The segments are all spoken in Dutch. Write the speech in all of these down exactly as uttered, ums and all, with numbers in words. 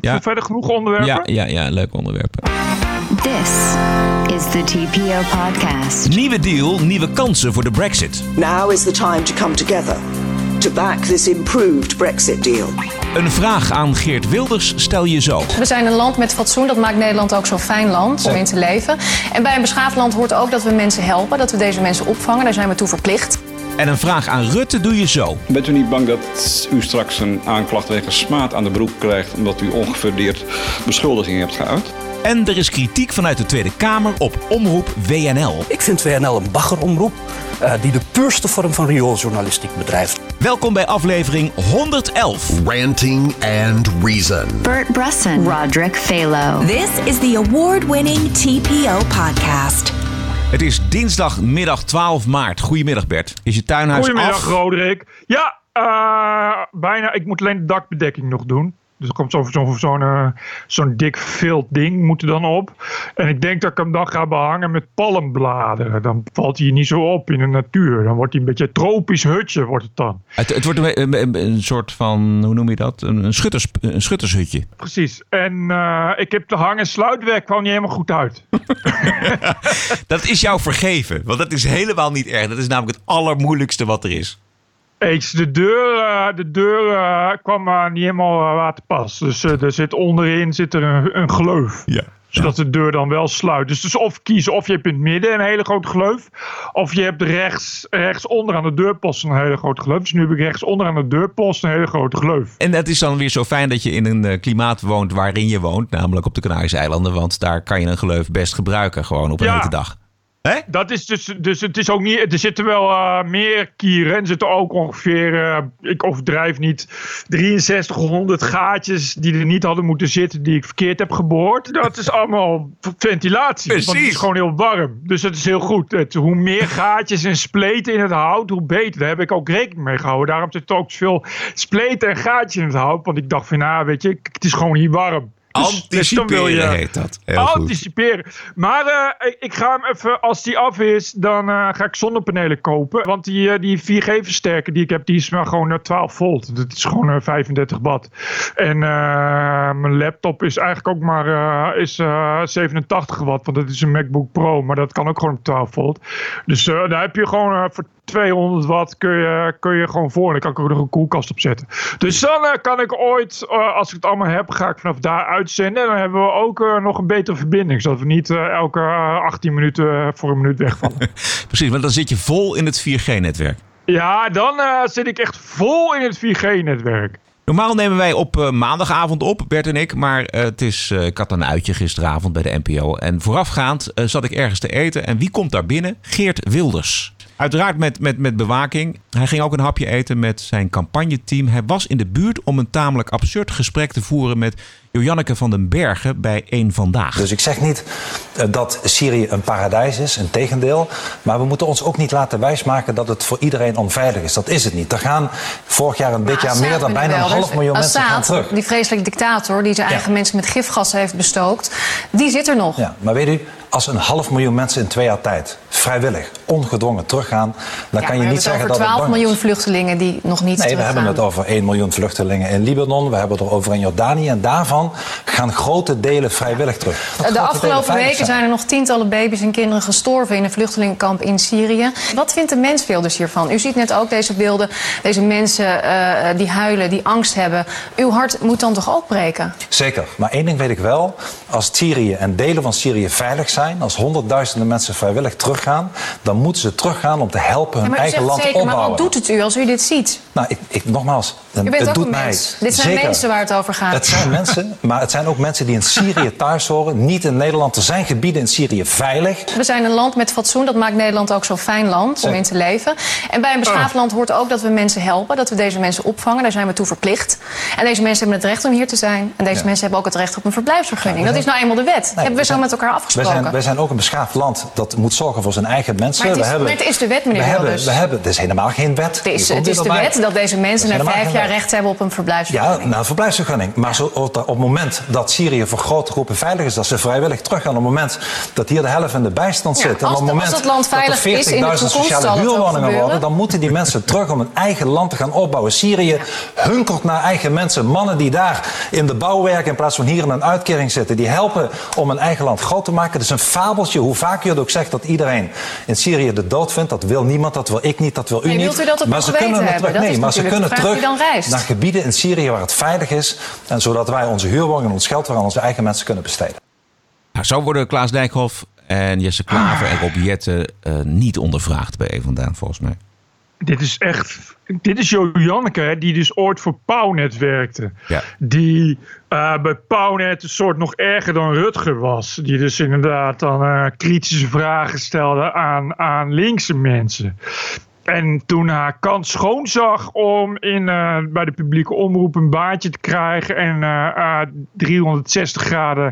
Ja. Verder genoeg onderwerpen? Ja, ja, ja, leuke onderwerpen. This is the T P O podcast. Nieuwe deal, nieuwe kansen voor de Brexit. Now is the time to come together to back this improved Brexit deal. Een vraag aan Geert Wilders stel je zo. We zijn een land met fatsoen, dat maakt Nederland ook zo'n fijn land om in te leven. En bij een beschaafd land hoort ook dat we mensen helpen, dat we deze mensen opvangen. Daar zijn we toe verplicht. En een vraag aan Rutte doe je zo. Bent u niet bang dat u straks een aanklacht wegens smaad aan de broek krijgt omdat u ongefundeerd beschuldigingen hebt geuit? En er is kritiek vanuit de Tweede Kamer op Omroep W N L. Ik vind W N L een baggeromroep uh, die de puurste vorm van riooljournalistiek bedrijft. Welkom bij aflevering honderdelf. Ranting and Reason. Bert Bresson, Roderick Phalo. This is the award-winning T P O podcast. Het is dinsdagmiddag twaalf maart. Goedemiddag Bert. Is je tuinhuis Goedemiddag, af? Goedemiddag Roderick. Ja, uh, bijna. Ik moet alleen de dakbedekking nog doen. Dus er komt zo'n zo, zo, uh, zo'n dik vilt ding moet er dan op. En ik denk dat ik hem dan ga behangen met palmbladeren. Dan valt hij niet zo op in de natuur. Dan wordt hij een beetje een tropisch hutje wordt het dan. Het, het wordt een, een, een soort van, hoe noem je dat? Een, een, schutters, een schuttershutje. Precies. En uh, ik heb de hang- en sluitwerk kwam niet helemaal goed uit. Dat is jou vergeven. Want dat is helemaal niet erg. Dat is namelijk het allermoeilijkste wat er is. Eens, de deur, uh, de deur uh, kwam uh, niet helemaal uh, waterpas. Dus uh, er zit onderin zit er een, een gleuf. Ja. Zodat de deur dan wel sluit. Dus, dus of kiezen of je hebt in het midden een hele grote gleuf. Of je hebt rechts, rechts onder aan de deurpost een hele grote gleuf. Dus nu heb ik rechts onder aan de deurpost een hele grote gleuf. En dat is dan weer zo fijn dat je in een uh, klimaat woont waarin je woont. Namelijk op de Canarische eilanden. Want daar kan je een gleuf best gebruiken. Gewoon op een ja. hete dag. Hè? Dat is dus, dus het is ook niet, er zitten wel uh, meer kieren en er zitten ook ongeveer, uh, ik overdrijf niet, drieënzestighonderd gaatjes die er niet hadden moeten zitten, die ik verkeerd heb geboord. Dat is allemaal ventilatie, Precies. want het is gewoon heel warm. Dus dat is heel goed. Het, hoe meer gaatjes en spleten in het hout, hoe beter. Daar heb ik ook rekening mee gehouden. Daarom zit er ook zoveel spleten en gaatjes in het hout, want ik dacht van, nou weet je, het is gewoon hier warm. Dus, Anticiperen dus je, heet dat. Heel anticiperen. Goed. Maar uh, ik ga hem even, als die af is, dan uh, ga ik zonnepanelen kopen. Want die, uh, die vier G versterker die ik heb, die is maar gewoon uh, twaalf volt. Dat is gewoon uh, vijfendertig watt. En uh, mijn laptop is eigenlijk ook maar uh, is, uh, zevenentachtig watt. Want dat is een MacBook Pro. Maar dat kan ook gewoon op twaalf volt. Dus uh, daar heb je gewoon uh, voor tweehonderd watt kun je, kun je gewoon voor. En dan kan ik ook nog een koelkast op zetten. Dus dan uh, kan ik ooit, uh, als ik het allemaal heb, ga ik vanaf daar uitzenden. En dan hebben we ook uh, nog een betere verbinding. Zodat we niet uh, elke uh, achttien minuten uh, voor een minuut wegvallen. Precies, want dan zit je vol in het vier G netwerk. Ja, dan uh, zit ik echt vol in het vier G netwerk. Normaal nemen wij op uh, maandagavond op, Bert en ik. Maar uh, het is, uh, ik had een uitje gisteravond bij de N P O. En voorafgaand uh, zat ik ergens te eten. En wie komt daar binnen? Geert Wilders. Uiteraard met, met, met bewaking. Hij ging ook een hapje eten met zijn campagneteam. Hij was in de buurt om een tamelijk absurd gesprek te voeren met Joanneke van den Bergen bij Eén Vandaag. Dus ik zeg niet uh, dat Syrië een paradijs is, integendeel. Maar we moeten ons ook niet laten wijsmaken dat het voor iedereen onveilig is. Dat is het niet. Er gaan vorig jaar en dit jaar meer dan bijna een half miljoen mensen gaan terug. Die vreselijke dictator die zijn eigen ja. mensen met gifgassen heeft bestookt, die zit er nog. Ja, maar weet u, als een half miljoen mensen in twee jaar tijd vrijwillig, ongedwongen teruggaan, dan ja, kan je niet zeggen dat het twaalf miljoen vluchtelingen die nog niet Nee, teruggaan. we hebben het over één miljoen vluchtelingen in Libanon. We hebben het over in Jordanië. En daarvan gaan grote delen vrijwillig terug. Dat de afgelopen weken zijn. zijn er nog tientallen baby's en kinderen gestorven in een vluchtelingenkamp in Syrië. Wat vindt de mens Wilders hiervan? U ziet net ook deze beelden, deze mensen uh, die huilen, die angst hebben. Uw hart moet dan toch ook breken? Zeker, maar één ding weet ik wel. Als Syrië en delen van Syrië veilig zijn, als honderdduizenden mensen vrijwillig teruggaan, dan moeten ze teruggaan om te helpen hun ja, eigen land zeker, opbouwen. Maar wat doet het u als u dit ziet? Nou, ik, ik, nogmaals, u bent het ook doet een mij. mens. Dit zijn zeker. mensen waar het over gaat. Het zijn mensen, maar het zijn ook mensen die in Syrië thuis horen, niet in Nederland. Er zijn gebieden in Syrië veilig. We zijn een land met fatsoen, dat maakt Nederland ook zo'n fijn land zeker. om in te leven. En bij een beschaafd land hoort ook dat we mensen helpen, dat we deze mensen opvangen. Daar zijn we toe verplicht. En deze mensen hebben het recht om hier te zijn. En deze ja. mensen hebben ook het recht op een verblijfsvergunning. Ja, dat is nou eenmaal de wet. Nee, hebben we, we zo zijn, met elkaar afgesproken. Wij zijn, wij zijn ook een beschaafd land dat moet zorgen voor zijn eigen mensen. Maar het is, we hebben, maar het is de wet, meneer we Wilders. hebben, we hebben, het is helemaal geen wet. Het is, het is de wet dat deze mensen na vijf jaar recht hebben op een verblijfsvergunning. Ja, na een verblijfsvergunning. Maar zo, op het moment dat Syrië voor grote groepen veilig is, dat ze vrijwillig teruggaan. Op het moment dat hier de helft in de bijstand zit. Ja, als, en op het moment als het land veilig dat er veertigduizend sociale huurwoningen worden, dan moeten die mensen terug om een eigen land te gaan opbouwen. Syrië hunkert naar eigen mensen. Mannen die daar in de bouw werken in plaats van hier in een uitkering zitten. Die helpen om een eigen land groot te maken. Het is een fabeltje. Hoe vaak je het ook zegt dat iedereen in Syrië de dood vindt. Dat wil niemand, dat wil ik niet, dat wil u nee, niet. Wilt u dat op maar uw ze geweten kunnen hebben? terug, Dat nee, maar ze kunnen terug naar gebieden in Syrië waar het veilig is. En zodat wij onze huurwoningen en ons geld weer aan onze eigen mensen kunnen besteden. Nou, zo worden Klaas Dijkhoff en Jesse Klaver en Rob Jetten uh, niet ondervraagd bij Eventaan, volgens mij. Dit is echt... Dit is Jo Janneke, hè, die dus ooit voor Pownet werkte. Ja. Die uh, bij Pownet een soort nog erger dan Rutger was. Die dus inderdaad dan uh, kritische vragen stelde aan, aan linkse mensen. En toen haar kans schoon zag om in, uh, bij de publieke omroep een baantje te krijgen en uh, uh, driehonderdzestig graden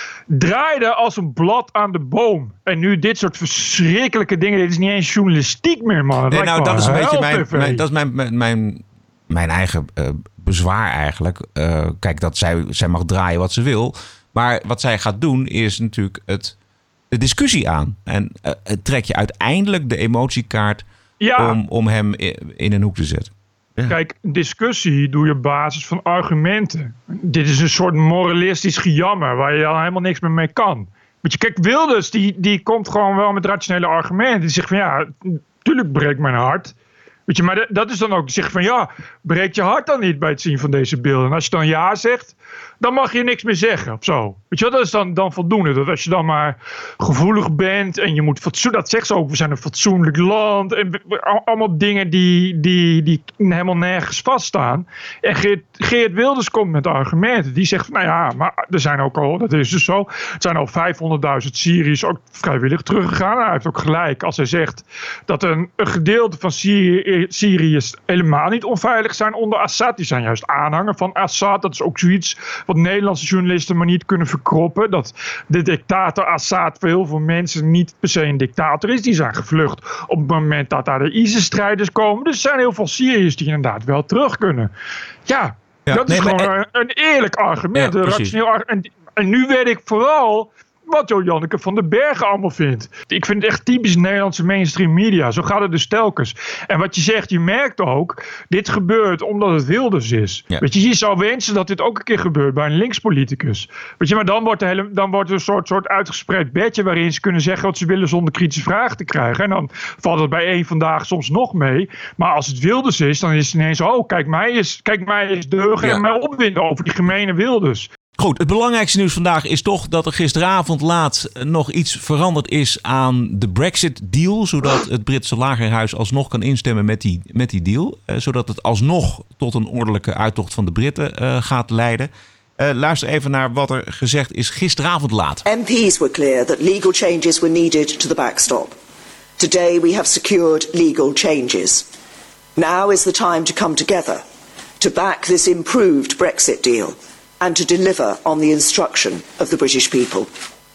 draaide als een blad aan de boom. En nu dit soort verschrikkelijke dingen. Dit is niet eens journalistiek meer, man. Nee, nou, dat is een beetje mijn, mijn, dat is mijn, mijn, mijn, mijn eigen uh, bezwaar eigenlijk. Uh, kijk, dat zij, zij mag draaien wat ze wil. Maar wat zij gaat doen is natuurlijk het, de discussie aan. En uh, het trek je uiteindelijk de emotiekaart ja. om, om hem in een hoek te zetten. Ja. Kijk, discussie doe je op basis van argumenten. Dit is een soort moralistisch gejammer waar je al helemaal niks meer mee kan. Weet je, kijk, Wilders die, die komt gewoon wel met rationele argumenten. Die zegt van ja, tuurlijk breekt mijn hart. Weet je, maar dat is dan ook, die zegt van ja, breekt je hart dan niet bij het zien van deze beelden? En als je dan ja zegt, dan mag je niks meer zeggen of zo. Weet je wel, dat is dan, dan voldoende. Dat als je dan maar gevoelig bent en je moet fatsoen, dat zegt ze ook, we zijn een fatsoenlijk land. En allemaal dingen die, die, die helemaal nergens vaststaan. En Geert, Geert Wilders komt met argumenten. Die zegt, nou ja, maar er zijn ook al, dat is dus zo, er zijn al vijfhonderdduizend Syriërs ook vrijwillig teruggegaan. Hij heeft ook gelijk als hij zegt dat een, een gedeelte van Syrië Syriërs helemaal niet onveilig zijn onder Assad. Die zijn juist aanhanger van Assad. Dat is ook zoiets wat Nederlandse journalisten maar niet kunnen verkroppen. Dat de dictator Assad voor heel veel mensen niet per se een dictator is. Die zijn gevlucht op het moment dat daar de ISIS-strijders komen. Dus er zijn heel veel Syriërs die inderdaad wel terug kunnen. Ja, ja dat nee, is gewoon maar, een eerlijk argument. Ja, een rationeel argument. En, en nu weet ik vooral wat Jo Janneke van den Bergen allemaal vindt. Ik vind het echt typisch Nederlandse mainstream media. Zo gaat het dus telkens. En wat je zegt, je merkt ook, dit gebeurt omdat het Wilders is. Ja. Weet je, je zou wensen dat dit ook een keer gebeurt bij een linkspoliticus. Weet je, maar dan wordt er, hele, dan wordt er een soort, soort uitgespreid bedje waarin ze kunnen zeggen wat ze willen zonder kritische vragen te krijgen. En dan valt het bij één vandaag soms nog mee. Maar als het Wilders is, dan is het ineens, oh, kijk mij eens, kijk mij eens deugen ja. en mij opwinden over die gemene Wilders. Goed, het belangrijkste nieuws vandaag is toch dat er gisteravond laat nog iets veranderd is aan de Brexit-deal. Zodat het Britse lagerhuis alsnog kan instemmen met die, met die deal. Uh, zodat het alsnog tot een ordelijke uittocht van de Britten uh, gaat leiden. Uh, luister even naar wat er gezegd is gisteravond laat. M P's were clear that legal changes were needed to the backstop. Today we have secured legal changes. Now is the time to come together to back this improved Brexit deal. And to deliver on the instruction of the British people.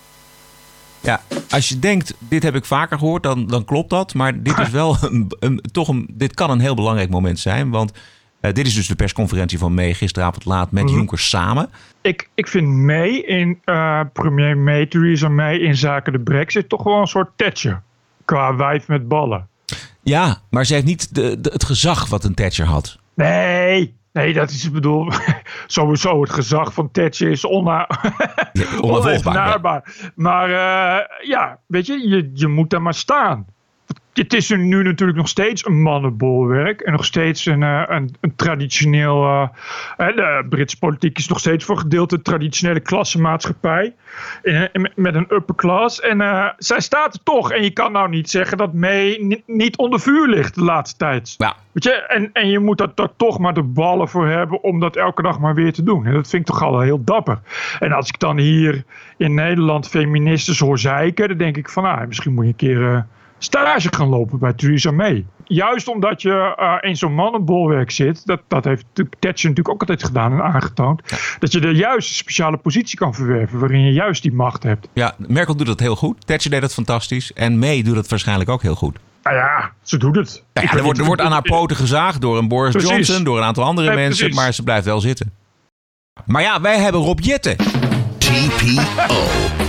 Ja, als je denkt, dit heb ik vaker gehoord, dan, dan klopt dat. Maar dit is wel een, een, toch een, dit kan een heel belangrijk moment zijn. Want uh, dit is dus de persconferentie van May gisteravond laat met mm-hmm. Juncker samen. Ik, ik vind May, in, uh, premier May, Theresa May in zaken de Brexit toch wel een soort Thatcher. Qua wijf met ballen. Ja, maar ze heeft niet de, de, het gezag wat een Thatcher had. Nee, Nee, dat is, ik bedoel, sowieso het gezag van Thatcher is onna- ja, onaanvolgbaar. Maar uh, ja, weet je, je, je moet daar maar staan. Het is nu natuurlijk nog steeds een mannenbolwerk. En nog steeds een, een, een traditioneel... Uh, de Britse politiek is nog steeds voor gedeelte een traditionele klassenmaatschappij. In, in, met een upper class. En uh, zij staat er toch. En je kan nou niet zeggen dat May n- niet onder vuur ligt de laatste tijd. Ja. Weet je? En, en je moet daar toch maar de ballen voor hebben om dat elke dag maar weer te doen. En dat vind ik toch al heel dapper. En als ik dan hier in Nederland feministes hoor zeiken, dan denk ik van, ah, misschien moet je een keer... Uh, stage gaan lopen bij Theresa May. Juist omdat je uh, in zo'n mannenbolwerk zit, dat, dat heeft Thatcher natuurlijk ook altijd gedaan en aangetoond, ja. dat je er juist een speciale positie kan verwerven waarin je juist die macht hebt. Ja, Merkel doet dat heel goed. Thatcher deed dat fantastisch. En May doet dat waarschijnlijk ook heel goed. Nou ja, ze doet het. Nou ja, er wordt, er wordt aan haar poten gezaagd door een Boris precies. Johnson, door een aantal andere nee, mensen, precies. maar ze blijft wel zitten. Maar ja, wij hebben Rob Jetten. T P O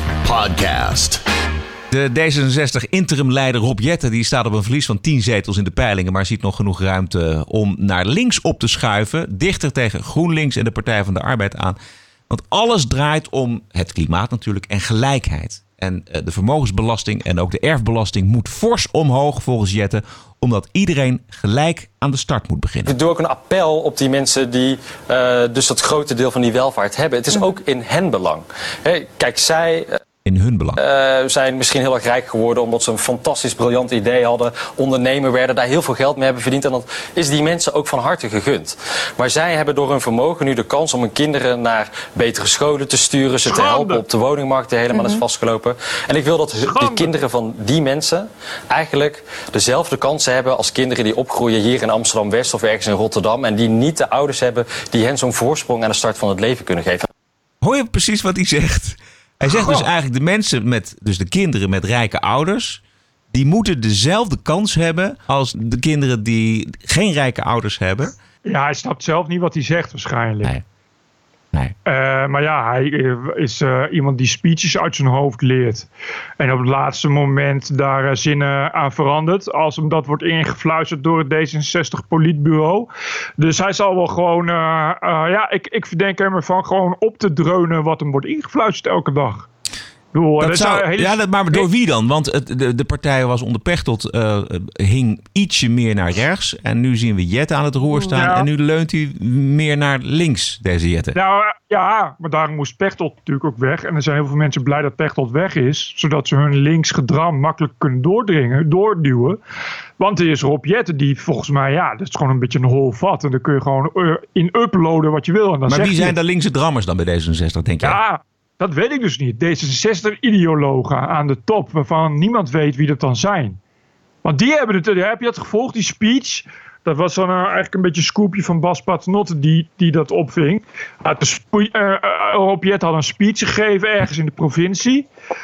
Podcast. De D zesenzestig interimleider Rob Jetten die staat op een verlies van tien zetels in de peilingen, maar ziet nog genoeg ruimte om naar links op te schuiven. Dichter tegen GroenLinks en de Partij van de Arbeid aan. Want alles draait om het klimaat natuurlijk en gelijkheid. En de vermogensbelasting en ook de erfbelasting moet fors omhoog volgens Jetten, omdat iedereen gelijk aan de start moet beginnen. Ik doe ook een appel op die mensen die uh, dus dat grote deel van die welvaart hebben. Het is ook in hen belang. Hey, kijk, zij... Uh... In hun belang. Uh, zijn misschien heel erg rijk geworden omdat ze een fantastisch briljant idee hadden. Ondernemer werden, daar heel veel geld mee hebben verdiend. En dat is die mensen ook van harte gegund. Maar zij hebben door hun vermogen nu de kans om hun kinderen naar betere scholen te sturen. Ze te helpen op de woningmarkt die helemaal mm-hmm. is vastgelopen. En ik wil dat de kinderen van die mensen eigenlijk dezelfde kansen hebben als kinderen die opgroeien hier in Amsterdam-West of ergens in Rotterdam. En die niet de ouders hebben die hen zo'n voorsprong aan de start van het leven kunnen geven. Hoor je precies wat hij zegt? Hij zegt dus eigenlijk de mensen met, dus de kinderen met rijke ouders, die moeten dezelfde kans hebben als de kinderen die geen rijke ouders hebben. Ja, hij snapt zelf niet wat hij zegt waarschijnlijk. Nee. Nee. Uh, maar ja, hij is uh, iemand die speeches uit zijn hoofd leert. En op het laatste moment daar uh, zinnen aan verandert. Als hem dat wordt ingefluisterd door het D zesenzestig politbureau. Dus hij zal wel gewoon... Uh, uh, ja, ik, ik verdenk hem ervan gewoon op te dreunen wat hem wordt ingefluisterd elke dag. Bedoel, dat zou, hele... Ja, dat, maar door wie dan? Want het, de, de partij was onder Pechtold uh, hing ietsje meer naar rechts. En nu zien we Jetten aan het roer staan. Ja. En nu leunt hij meer naar links, deze Jetten. Nou ja, maar daarom moest Pechtold natuurlijk ook weg. En er zijn heel veel mensen blij dat Pechtold weg is. Zodat ze hun links gedram makkelijk kunnen doordringen, doorduwen. Want er is Rob Jetten die volgens mij, ja, dat is gewoon een beetje een hol vat. En dan kun je gewoon uh, in uploaden wat je wil. En dan maar wie zijn je... de linkse drammers dan bij D zesenzestig, denk je? Ja, dat weet ik dus niet. D zesenzestig-ideologen aan de top, waarvan niemand weet wie dat dan zijn. Want die hebben het, heb je het gevolgd, die speech? Dat was dan uh, eigenlijk een beetje een scoopje van Bas Paternotte die, die dat opving. Uh, uh, uh, Rob Jetten had een speech gegeven ergens in de provincie.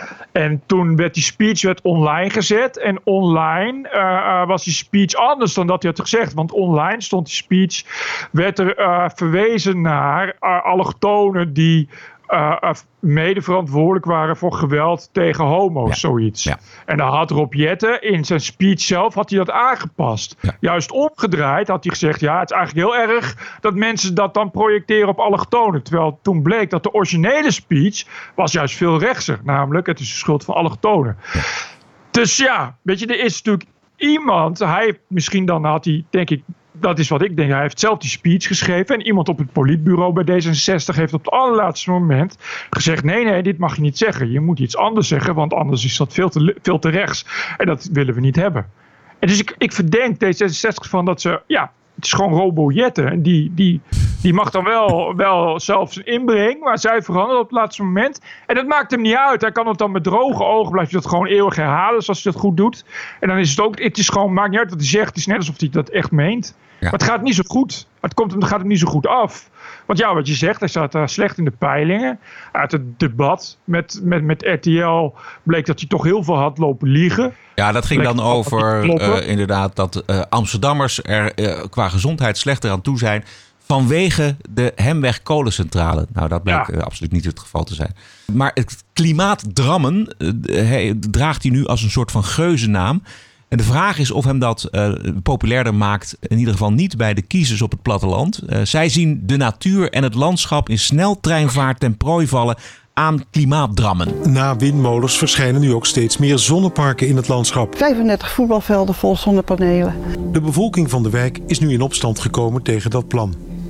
En toen werd die speech werd online gezet. En online uh, uh, was die speech anders dan dat hij had gezegd. Want online stond die speech, werd er uh, verwezen naar uh, allochtonen die... Uh, uh, mede verantwoordelijk waren voor geweld tegen homo's, ja. zoiets. Ja. En dan had Rob Jetten in zijn speech zelf had hij dat aangepast. Ja. Juist omgedraaid had hij gezegd, ja, het is eigenlijk heel erg dat mensen dat dan projecteren op allochtonen. Terwijl toen bleek dat de originele speech was juist veel rechtser. Namelijk, het is de schuld van allochtonen. Ja. Dus ja, weet je, er is natuurlijk iemand, hij misschien dan had hij, denk ik, dat is wat ik denk. Hij heeft zelf die speech geschreven. En iemand op het politbureau bij D zesenzestig heeft op het allerlaatste moment gezegd, nee, nee, dit mag je niet zeggen. Je moet iets anders zeggen, want anders is dat veel te, veel te rechts. En dat willen we niet hebben. En dus ik, ik verdenk D zesenzestig van dat ze, ja, het is gewoon Robo Jetten. En die, die, die mag dan wel, wel zelf zijn inbreng, maar zij veranderen op het laatste moment. En dat maakt hem niet uit. Hij kan het dan met droge ogen, blijft hij dat gewoon eeuwig herhalen, zoals hij dat goed doet. En dan is het ook, het is gewoon, maakt niet uit wat hij zegt. Het is net alsof hij dat echt meent. Ja. Maar het gaat niet zo goed. Het, komt, het gaat hem niet zo goed af. Want ja, wat je zegt, hij staat uh, slecht in de peilingen. Uit het debat met, met, met R T L bleek dat hij toch heel veel had lopen liegen. Ja, dat ging bleek dan over uh, inderdaad dat uh, Amsterdammers er uh, qua gezondheid slechter aan toe zijn vanwege de Hemweg kolencentrale. Nou, dat bleek ja. uh, absoluut niet het geval te zijn. Maar het klimaatdrammen uh, hij, draagt hij nu als een soort van geuzennaam. En de vraag is of hem dat uh, populairder maakt, in ieder geval niet bij de kiezers op het platteland. Uh, zij zien de natuur en het landschap in sneltreinvaart ten prooi vallen aan klimaatdrammen. Na windmolens verschijnen nu ook steeds meer zonneparken in het landschap. vijfendertig voetbalvelden vol zonnepanelen. De bevolking van de wijk is nu in opstand gekomen tegen dat plan.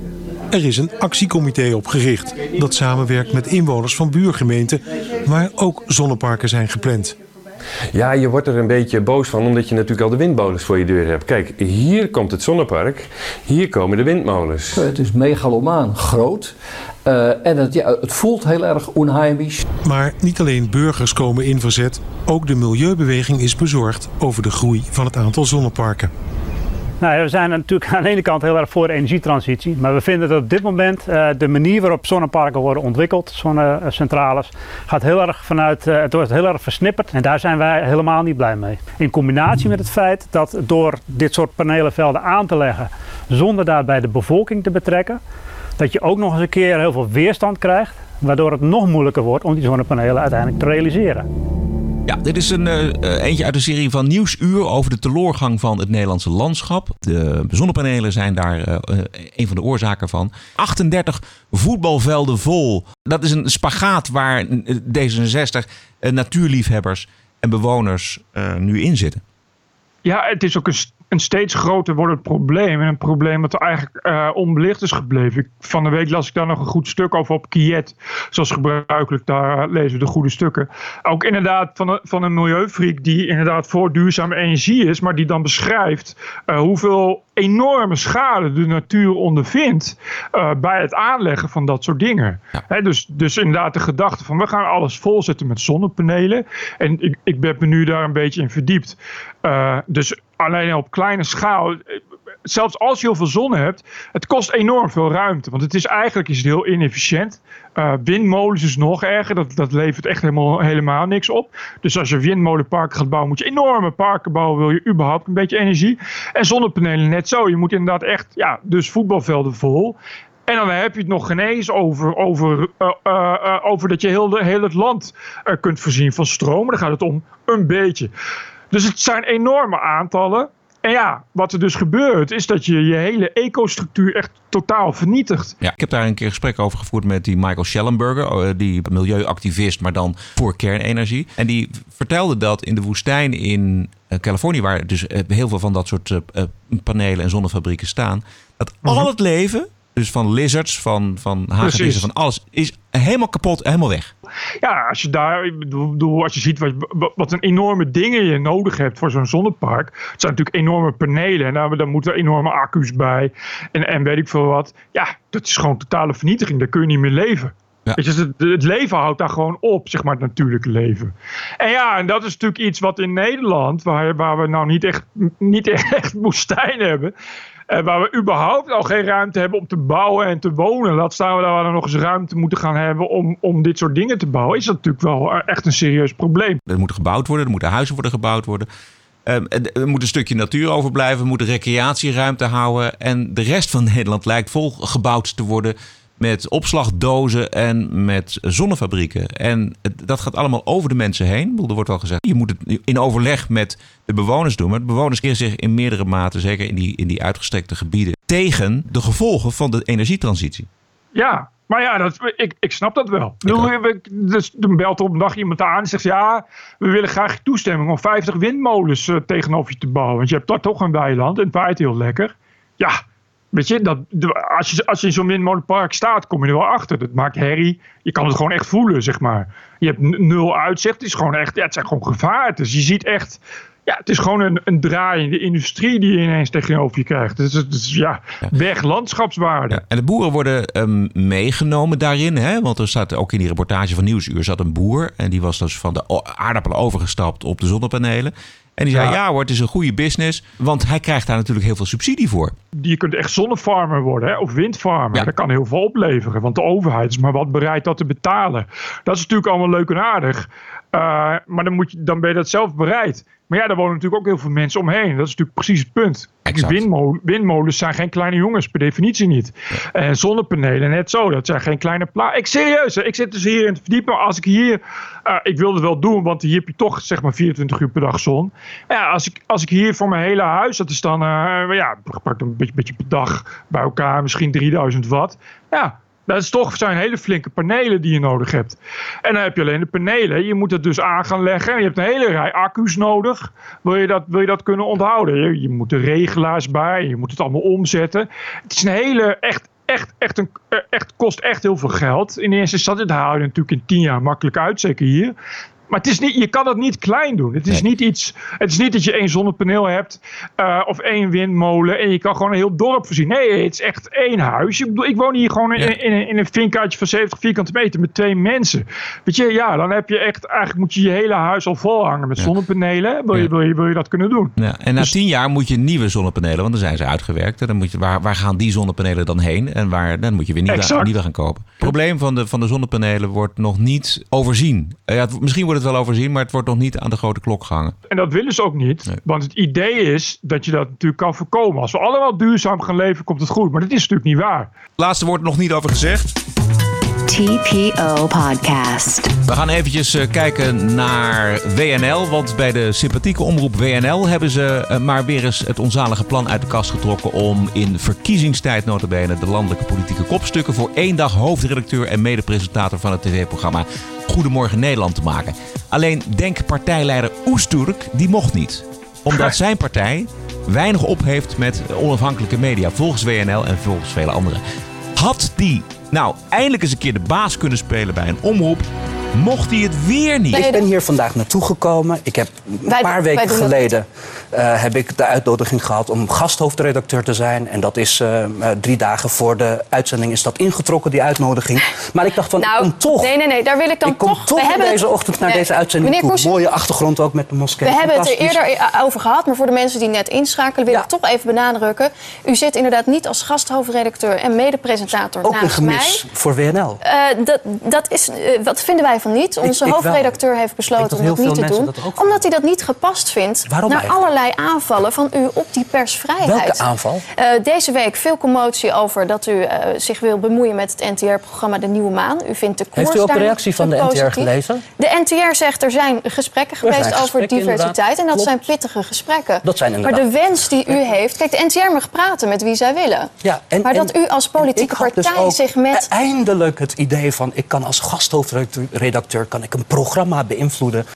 Er is een actiecomité opgericht dat samenwerkt met inwoners van buurgemeenten waar ook zonneparken zijn gepland. Ja, je wordt er een beetje boos van omdat je natuurlijk al de windmolens voor je deur hebt. Kijk, hier komt het zonnepark, hier komen de windmolens. Het is megalomaan groot uh, en het, ja, het voelt heel erg onheimisch. Maar niet alleen burgers komen in verzet, ook de milieubeweging is bezorgd over de groei van het aantal zonneparken. Nou, we zijn natuurlijk aan de ene kant heel erg voor de energietransitie. Maar we vinden dat op dit moment uh, de manier waarop zonneparken worden ontwikkeld, zonnecentrales, gaat heel erg vanuit, uh, het wordt heel erg versnipperd. En daar zijn wij helemaal niet blij mee. In combinatie met het feit dat door dit soort panelenvelden aan te leggen, zonder daarbij de bevolking te betrekken, dat je ook nog eens een keer heel veel weerstand krijgt, waardoor het nog moeilijker wordt om die zonnepanelen uiteindelijk te realiseren. Ja, dit is een uh, eentje uit de serie van Nieuwsuur over de teloorgang van het Nederlandse landschap. De zonnepanelen zijn daar uh, een van de oorzaken van. achtendertig voetbalvelden vol. Dat is een spagaat waar D zesenzestig uh, natuurliefhebbers en bewoners uh, nu in zitten. Ja, het is ook een, een steeds groter wordend probleem. En een probleem dat er eigenlijk uh, onbelicht is gebleven. Ik, van de week las ik daar nog een goed stuk over op Kiet. Zoals gebruikelijk, daar lezen we de goede stukken. Ook inderdaad van een, van een milieufreak die inderdaad voor duurzame energie is. Maar die dan beschrijft uh, hoeveel enorme schade de natuur ondervindt uh, bij het aanleggen van dat soort dingen. Ja. He, dus, dus inderdaad de gedachte van we gaan alles volzetten met zonnepanelen. En ik, ik ben me nu daar een beetje in verdiept. Uh, dus alleen op kleine schaal, zelfs als je heel veel zon hebt, het kost enorm veel ruimte. Want het is eigenlijk is het heel inefficiënt. Uh, windmolens is nog erger, dat, dat levert echt helemaal, helemaal niks op. Dus als je windmolenparken gaat bouwen, moet je enorme parken bouwen, wil je überhaupt een beetje energie. En zonnepanelen net zo. Je moet inderdaad echt, ja, dus voetbalvelden vol. En dan heb je het nog geen eens over, over, uh, uh, uh, over dat je heel, de, heel het land uh, kunt voorzien van stroom. Dan gaat het om een beetje. Dus het zijn enorme aantallen. En ja, wat er dus gebeurt is dat je je hele ecostructuur echt totaal vernietigt. Ja, ik heb daar een keer een gesprek over gevoerd met die Michael Schellenberger, die milieuactivist, maar dan voor kernenergie. En die vertelde dat in de woestijn in Californië, waar dus heel veel van dat soort panelen en zonnefabrieken staan, dat mm-hmm. al het leven, dus van lizards, van, van hagedissen, van alles, is helemaal kapot, helemaal weg. Ja, als je daar, ik bedoel, als je ziet wat, wat een enorme dingen je nodig hebt voor zo'n zonnepark. Het zijn natuurlijk enorme panelen en daar, daar moeten enorme accu's bij en, en weet ik veel wat. Ja, dat is gewoon totale vernietiging. Daar kun je niet meer leven. Ja. Weet je, het, het leven houdt daar gewoon op, zeg maar, het natuurlijke leven. En ja, en dat is natuurlijk iets wat in Nederland, waar, waar we nou niet echt, niet echt woestijn hebben, Uh, waar we überhaupt al geen ruimte hebben om te bouwen en te wonen. Laat staan we daar dan nog eens ruimte moeten gaan hebben om, om dit soort dingen te bouwen. Is dat natuurlijk wel echt een serieus probleem. Er moet gebouwd worden, er moeten huizen worden gebouwd worden. Um, er moet een stukje natuur overblijven, we moeten recreatieruimte houden. En de rest van Nederland lijkt vol gebouwd te worden met opslagdozen en met zonnefabrieken. En dat gaat allemaal over de mensen heen. Er wordt wel gezegd, je moet het in overleg met de bewoners doen. Maar de bewoners keren zich in meerdere maten, zeker in die, in die uitgestrekte gebieden, tegen de gevolgen van de energietransitie. Ja, maar ja, dat, ik, ik snap dat wel. Ik dus, dan belt er op een dag iemand aan en zegt, ja, we willen graag je toestemming om vijftig windmolens uh, tegenover je te bouwen. Want je hebt daar toch een weiland en het waait heel lekker. Ja, weet je, dat, als je, als je in zo'n windmolenpark staat, kom je er wel achter. Dat maakt herrie. Je kan het gewoon echt voelen, zeg maar. Je hebt n- nul uitzicht. Het is gewoon echt, ja, het zijn gewoon gevaar. Dus je ziet echt, ja, het is gewoon een, een draaiende industrie die je ineens tegenover je krijgt. Het is, het is ja, ja, weg landschapswaarde. Ja, en de boeren worden um, meegenomen daarin, hè? Want er staat ook in die reportage van Nieuwsuur zat een boer en die was dus van de aardappelen overgestapt op de zonnepanelen. En die zei, ja. ja hoor, het is een goede business. Want hij krijgt daar natuurlijk heel veel subsidie voor. Je kunt echt zonnefarmer worden, hè? Of windfarmer. Ja. Dat kan heel veel opleveren. Want de overheid is maar wat bereid dat te betalen. Dat is natuurlijk allemaal leuk en aardig. Uh, maar dan, moet je, dan ben je dat zelf bereid. Maar ja, daar wonen natuurlijk ook heel veel mensen omheen. Dat is natuurlijk precies het punt. Windmol- windmolens zijn geen kleine jongens, per definitie niet. Ja. En zonnepanelen net zo. Dat zijn geen kleine plaatsen. Ik serieus, hè? Ik zit dus hier in het verdiepen. Als ik hier, uh, ik wil het wel doen, want hier heb je toch zeg maar vierentwintig uur per dag zon. Ja, als ik, als ik hier voor mijn hele huis, dat is dan, uh, ja, ik pak een beetje, beetje per dag bij elkaar, misschien drieduizend watt. Ja. Dat is toch, zijn hele flinke panelen die je nodig hebt. En dan heb je alleen de panelen. Je moet het dus aan gaan leggen. Je hebt een hele rij accu's nodig. Wil je dat, wil je dat kunnen onthouden? Je, je moet de regelaars bij. Je moet het allemaal omzetten. Het is een hele, echt, echt, echt, een, echt kost echt heel veel geld. In eerste instantie, dat haal je natuurlijk in tien jaar makkelijk uit. Zeker hier. Maar het is niet, je kan het niet klein doen. Het is, nee. niet, iets, het is niet dat je één zonnepaneel hebt uh, of één windmolen en je kan gewoon een heel dorp voorzien. Nee, het is echt één huis. Ik, bedoel, ik woon hier gewoon in, ja. in, in, in een vinkaartje van zeventig vierkante meter met twee mensen. Weet je, ja, dan heb je echt, eigenlijk moet je je hele huis al vol hangen met ja. zonnepanelen. Wil je, ja. wil, je, wil je dat kunnen doen? Ja. En na dus, tien jaar moet je nieuwe zonnepanelen, want dan zijn ze uitgewerkt. En dan moet je, waar, waar gaan die zonnepanelen dan heen? En waar, dan moet je weer nieuwe, nieuwe gaan kopen. Het probleem van de, van de zonnepanelen wordt nog niet overzien. Ja, misschien wordt wordt het wel overzien, maar het wordt nog niet aan de grote klok gehangen. En dat willen ze ook niet. Nee. Want het idee is dat je dat natuurlijk kan voorkomen. Als we allemaal duurzaam gaan leven, komt het goed. Maar dat is natuurlijk niet waar. Laatste woord nog niet over gezegd. T P O Podcast. We gaan eventjes uh, kijken naar W N L. Want bij de sympathieke omroep W N L hebben ze uh, maar weer eens het onzalige plan uit de kast getrokken om in verkiezingstijd nota bene de landelijke politieke kopstukken voor één dag hoofdredacteur en medepresentator van het tv-programma Goedemorgen Nederland te maken. Alleen denk partijleider Oesturk, die mocht niet. Omdat zijn partij weinig op heeft met onafhankelijke media, volgens W N L en volgens vele anderen. Had die nou eindelijk eens een keer de baas kunnen spelen bij een omroep, mocht hij het weer niet. Ik ben hier vandaag naartoe gekomen. Ik heb een wij, paar weken geleden uh, heb ik de uitnodiging gehad om gasthoofdredacteur te zijn. En dat is uh, uh, drie dagen voor de uitzending is dat ingetrokken, die uitnodiging. Maar ik dacht van, nou, ik kom toch. Nee, nee, nee, daar wil ik dan ik kom toch. toch we hebben deze het, ochtend naar nee, deze uitzending toe. Koes, mooie achtergrond ook met de moskee. We hebben het er eerder over gehad, maar voor de mensen die net inschakelen wil ja. ik toch even benadrukken. U zit inderdaad niet als gasthoofdredacteur en medepresentator ook naast een gemis mij. voor W N L. Uh, dat, dat is, uh, wat vinden wij van niet? Onze ik, ik hoofdredacteur wel. heeft besloten om dat niet te doen. Omdat hij dat niet gepast vindt. Waarom naar eigenlijk? allerlei aanvallen van u op die persvrijheid. Welke aanval? Uh, deze week veel commotie over dat u uh, zich wil bemoeien met het N T R-programma De Nieuwe Maan. U vindt de koers Heeft u ook de reactie van de positief. N T R gelezen? De N T R zegt er zijn gesprekken geweest zijn gesprekken, over diversiteit. Inderdaad. En dat Klopt. zijn pittige gesprekken. Dat zijn maar de wens die u heeft... Kijk, de N T R mag praten met wie zij willen. Ja, en, maar en, dat u als politieke partij dus ook zich met... eindelijk het idee van... ik kan als gasthoofdredacteur kan ik een programma beïnvloeden.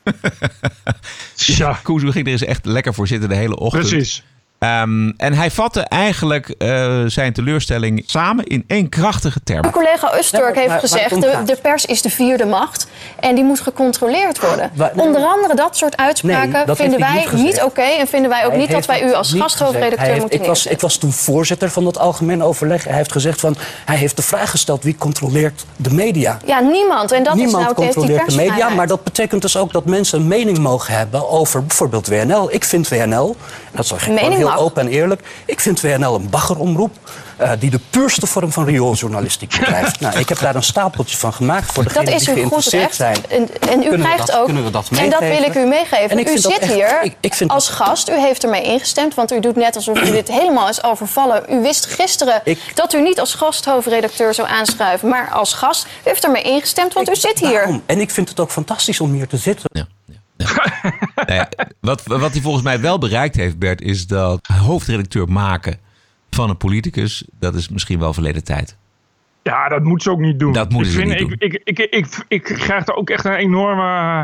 Ja, Kuzu ging er eens echt lekker voor zitten de hele ochtend. Precies. Um, en hij vatte eigenlijk uh, zijn teleurstelling samen in één krachtige term. Mijn collega Usturk ja, heeft maar, gezegd... maar de, de pers is de vierde macht en die moet gecontroleerd worden. Waar, nee, Onder andere dat soort uitspraken nee, dat vinden wij niet, niet oké... Okay, en vinden wij ook hij niet dat wij u als gasthoofdredacteur moeten ik was, ik was toen voorzitter van dat algemeen overleg. Hij heeft gezegd van... hij heeft de vraag gesteld wie controleert de media. Ja, niemand. En dat niemand is nou controleert die de media, maar dat betekent dus ook dat mensen een mening mogen hebben over bijvoorbeeld W N L. Ik vind W N L, dat is gewoon heel mag. open en eerlijk... Ik vind W N L een baggeromroep uh, die de puurste vorm van riooljournalistiek bedrijft. Nou, ik heb daar een stapeltje van gemaakt voor degenen die geïnteresseerd zijn. En, en u kunnen krijgt dat, ook, kunnen we dat en dat wil ik u meegeven. U zit echt, hier ik, ik vind als dat, gast, u heeft ermee ingestemd, want u doet net alsof u dit helemaal is overvallen. U wist gisteren ik, dat u niet als gasthoofdredacteur zou aanschuiven, maar als gast. U heeft ermee ingestemd, want ik, u zit hier. Waarom? En ik vind het ook fantastisch om hier te zitten. Ja. Ja. nou ja, wat, wat hij volgens mij wel bereikt heeft, Bert, is dat hoofdredacteur maken van een politicus, dat is misschien wel verleden tijd. Ja, dat moet ze ook niet doen. Dat moeten ze niet ik, doen. Ik, ik, ik, ik, ik krijg er ook echt een enorme...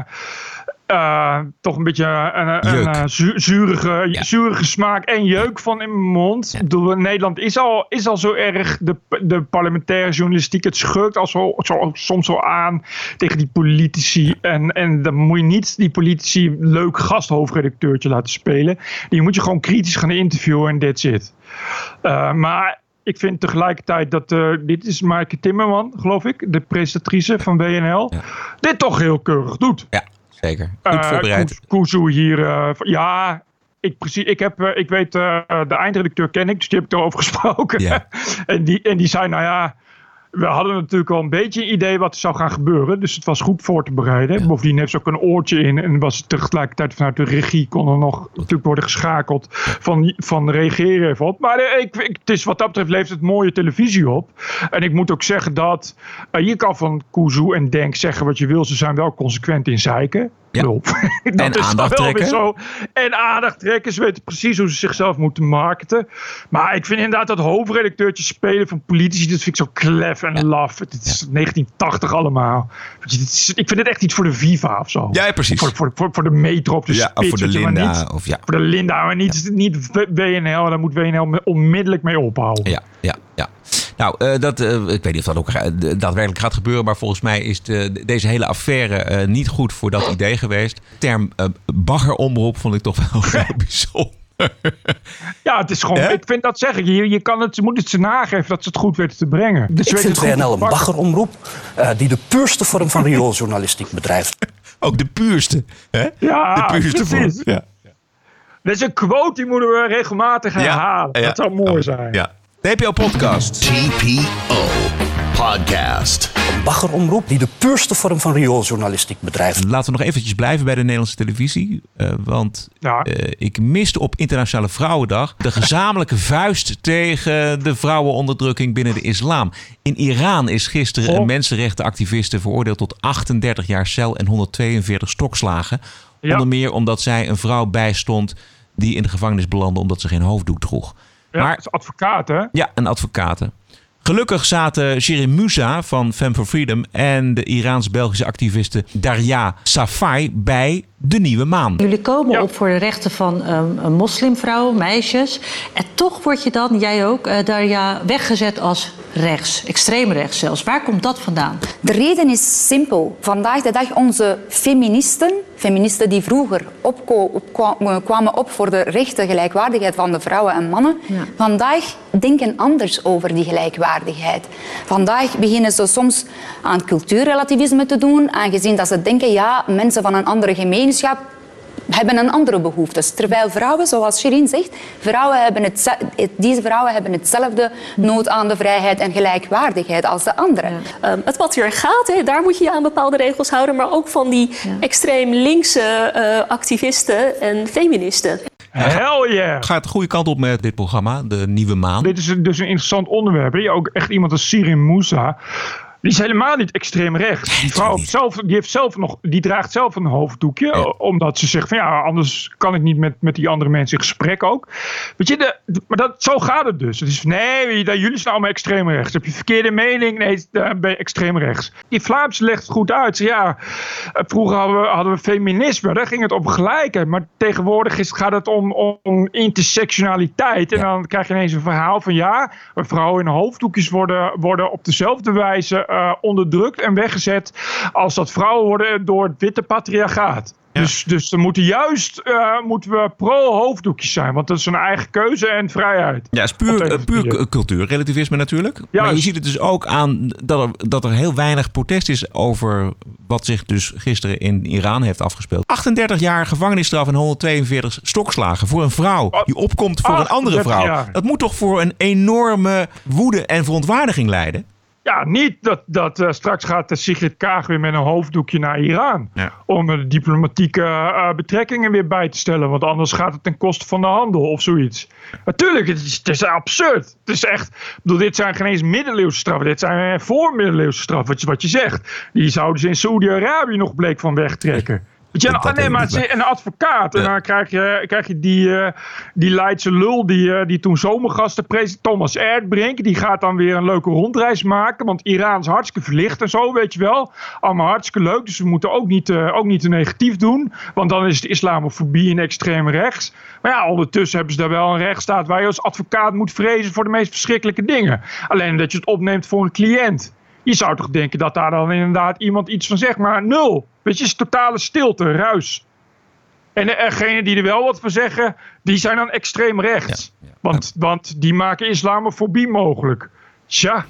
Uh, toch een beetje een, een, een zu- zurige, ja. zurige smaak en jeuk van in mijn mond. Ja. Bedoel, Nederland is al, is al zo erg, de, de parlementaire journalistiek, het schurkt al zo, zo, soms zo aan tegen die politici. En, en dan moet je niet die politici leuk gasthoofdredacteurtje laten spelen. Die moet je gewoon kritisch gaan interviewen en that's it. Uh, maar... Ik vind tegelijkertijd dat, uh, dit is Maaike Timmerman, geloof ik, de presentatrice van W N L, ja. dit toch heel keurig doet. Ja, zeker. Goed voorbereid. Uh, Kuzu hier, uh, ja, ik, precies, ik, heb, uh, ik weet, uh, de eindredacteur ken ik, dus die heb ik erover gesproken. Ja. en, die, en die zei, nou ja, we hadden natuurlijk al een beetje een idee wat er zou gaan gebeuren. Dus het was goed voor te bereiden. Ja. Bovendien heeft ze ook een oortje in. En was het tegelijkertijd vanuit de regie kon er nog natuurlijk worden geschakeld van, van reageren even op. Maar uh, ik, ik, het is, wat dat betreft levert het mooie televisie op. En ik moet ook zeggen dat uh, je kan van Kuzu en Denk zeggen wat je wil. Ze zijn wel consequent in zeiken. Ja. dat en is aandacht wel trekken. Weer zo. En aandacht trekken. Ze weten precies hoe ze zichzelf moeten marketen. Maar ik vind inderdaad dat hoofdredacteurtje spelen van politici, dat vind ik zo klef en ja. laf. Het is ja. negentien tachtig allemaal. Is, ik vind het echt iets voor de Viva of zo. Ja, precies. Voor, voor, voor, voor de Metro op de ja, spits. Of voor de Linda. Niet, of, ja. Voor de Linda, maar niet, niet W N L. Daar moet W N L onmiddellijk mee ophouden. Ja, ja, ja. Nou, uh, dat, uh, ik weet niet of dat ook uh, daadwerkelijk gaat gebeuren, maar volgens mij is de, deze hele affaire uh, niet goed voor dat idee geweest. De term uh, baggeromroep vond ik toch wel heel bijzonder. Ja, het is gewoon, ja? ik vind dat zeg ik. Je, je, kan het, je moet het ze nageven dat ze het goed weten te brengen. Dus ik vind W N L een baggeromroep uh, die de puurste vorm van riooljournalistiek bedrijft. Ook de puurste, hè? Ja, de puurste vorm. Ja. Dat is een quote die moeten we regelmatig herhalen. Ja, ja. Dat zou mooi zijn. Ja. T P O Podcast. T P O Podcast. baggeromroep die de puurste vorm van riooljournalistiek bedrijft. Laten we nog eventjes blijven bij de Nederlandse televisie. Uh, want ja. uh, ik miste op Internationale Vrouwendag de gezamenlijke vuist tegen de vrouwenonderdrukking binnen de islam. In Iran is gisteren oh. een mensenrechtenactiviste veroordeeld tot achtendertig jaar cel en honderdtweeënveertig stokslagen. Ja. Onder meer omdat zij een vrouw bijstond die in de gevangenis belandde omdat ze geen hoofddoek droeg. Ja, maar, het is advocaat, hè? Ja, een advocaat. Gelukkig zaten Shirin Musa van Femme for Freedom en de Iraans-Belgische activiste Darya Safai bij de Nieuwe Maan. Jullie komen ja. op voor de rechten van um, moslimvrouwen, meisjes. En toch word je dan, jij ook, uh, Darya, weggezet als rechts, extreem rechts zelfs. Waar komt dat vandaan? De reden is simpel. Vandaag de dag onze feministen, feministen die vroeger opko- opkwa- kwamen op voor de rechten, gelijkwaardigheid van de vrouwen en mannen, ja. vandaag denken anders over die gelijkwaardigheid. Vandaag beginnen ze soms aan cultuurrelativisme te doen, aangezien dat ze denken, ja, mensen van een andere gemeenschap hebben een andere behoeftes. Terwijl vrouwen, zoals Shirin zegt, vrouwen hebben het, deze vrouwen hebben hetzelfde nood aan de vrijheid en gelijkwaardigheid als de anderen. Ja. Um, het patriarchaat, he, daar moet je je aan bepaalde regels houden, maar ook van die ja. extreem linkse uh, activisten en feministen. Hell yeah! Gaat de goede kant op met dit programma, de Nieuwe Maan. Dit is dus een interessant onderwerp. Je ook echt iemand als Shirin Musa. Die is helemaal niet extreem rechts. Die vrouw zelf, die heeft zelf nog, die draagt zelf een hoofddoekje. Ja. Omdat ze zegt van ja, anders kan ik niet met, met die andere mensen in gesprek ook. Weet je, de, de, maar dat, zo gaat het dus. Het is nee, dat, jullie zijn allemaal extreem rechts. Heb je verkeerde mening? Nee, dan ben je extreem rechts. Die Vlaamse legt het goed uit. Ja, vroeger hadden we, hadden we feminisme. Daar ging het om gelijkheid. Maar tegenwoordig is, gaat het om, om intersectionaliteit. En ja. dan krijg je ineens een verhaal van ja, vrouwen in hoofddoekjes worden, worden op dezelfde wijze Uh, onderdrukt en weggezet als dat vrouwen worden door het witte patriarchaat. Ja. Dus, dus dan moeten juist uh, moeten we pro-hoofddoekjes zijn. Want dat is een eigen keuze en vrijheid. Ja, het is puur, uh, puur cultuurrelativisme natuurlijk. Juist. Maar je ziet het dus ook aan dat er, dat er heel weinig protest is over wat zich dus gisteren in Iran heeft afgespeeld. achtendertig jaar gevangenisstraf en honderdtweeënveertig stokslagen voor een vrouw die opkomt voor een andere vrouw. Jaar. Dat moet toch voor een enorme woede en verontwaardiging leiden? Ja, niet dat, dat uh, straks gaat uh, Sigrid Kaag weer met een hoofddoekje naar Iran. Ja. Om uh, diplomatieke uh, betrekkingen weer bij te stellen. Want anders gaat het ten koste van de handel of zoiets. Natuurlijk, het is, het is absurd. Het is echt, ik bedoel, dit zijn geen eens middeleeuwse straffen. Dit zijn uh, voormiddeleeuwse straffen, wat je, wat je zegt. Die zouden ze in Saoedi-Arabië nog bleek van wegtrekken. Ja, nou, nee, maar een advocaat. En dan krijg je, krijg je die, uh, die Leidse lul die, uh, die toen zomergasten president Thomas Erdbrink. Die gaat dan weer een leuke rondreis maken. Want Iran is hartstikke verlicht en zo, weet je wel. Allemaal hartstikke leuk. Dus we moeten ook niet, uh, ook niet te negatief doen. Want dan is het islamofobie en extreem rechts. Maar ja, ondertussen hebben ze daar wel een rechtsstaat waar je als advocaat moet vrezen voor de meest verschrikkelijke dingen. Alleen dat je het opneemt voor een cliënt. Je zou toch denken dat daar dan inderdaad iemand iets van zegt, maar nul. Weet je, het is totale stilte, ruis. En degenen die er wel wat van zeggen, die zijn dan extreem rechts. Ja, ja. Want, want die maken islamofobie mogelijk. Tja.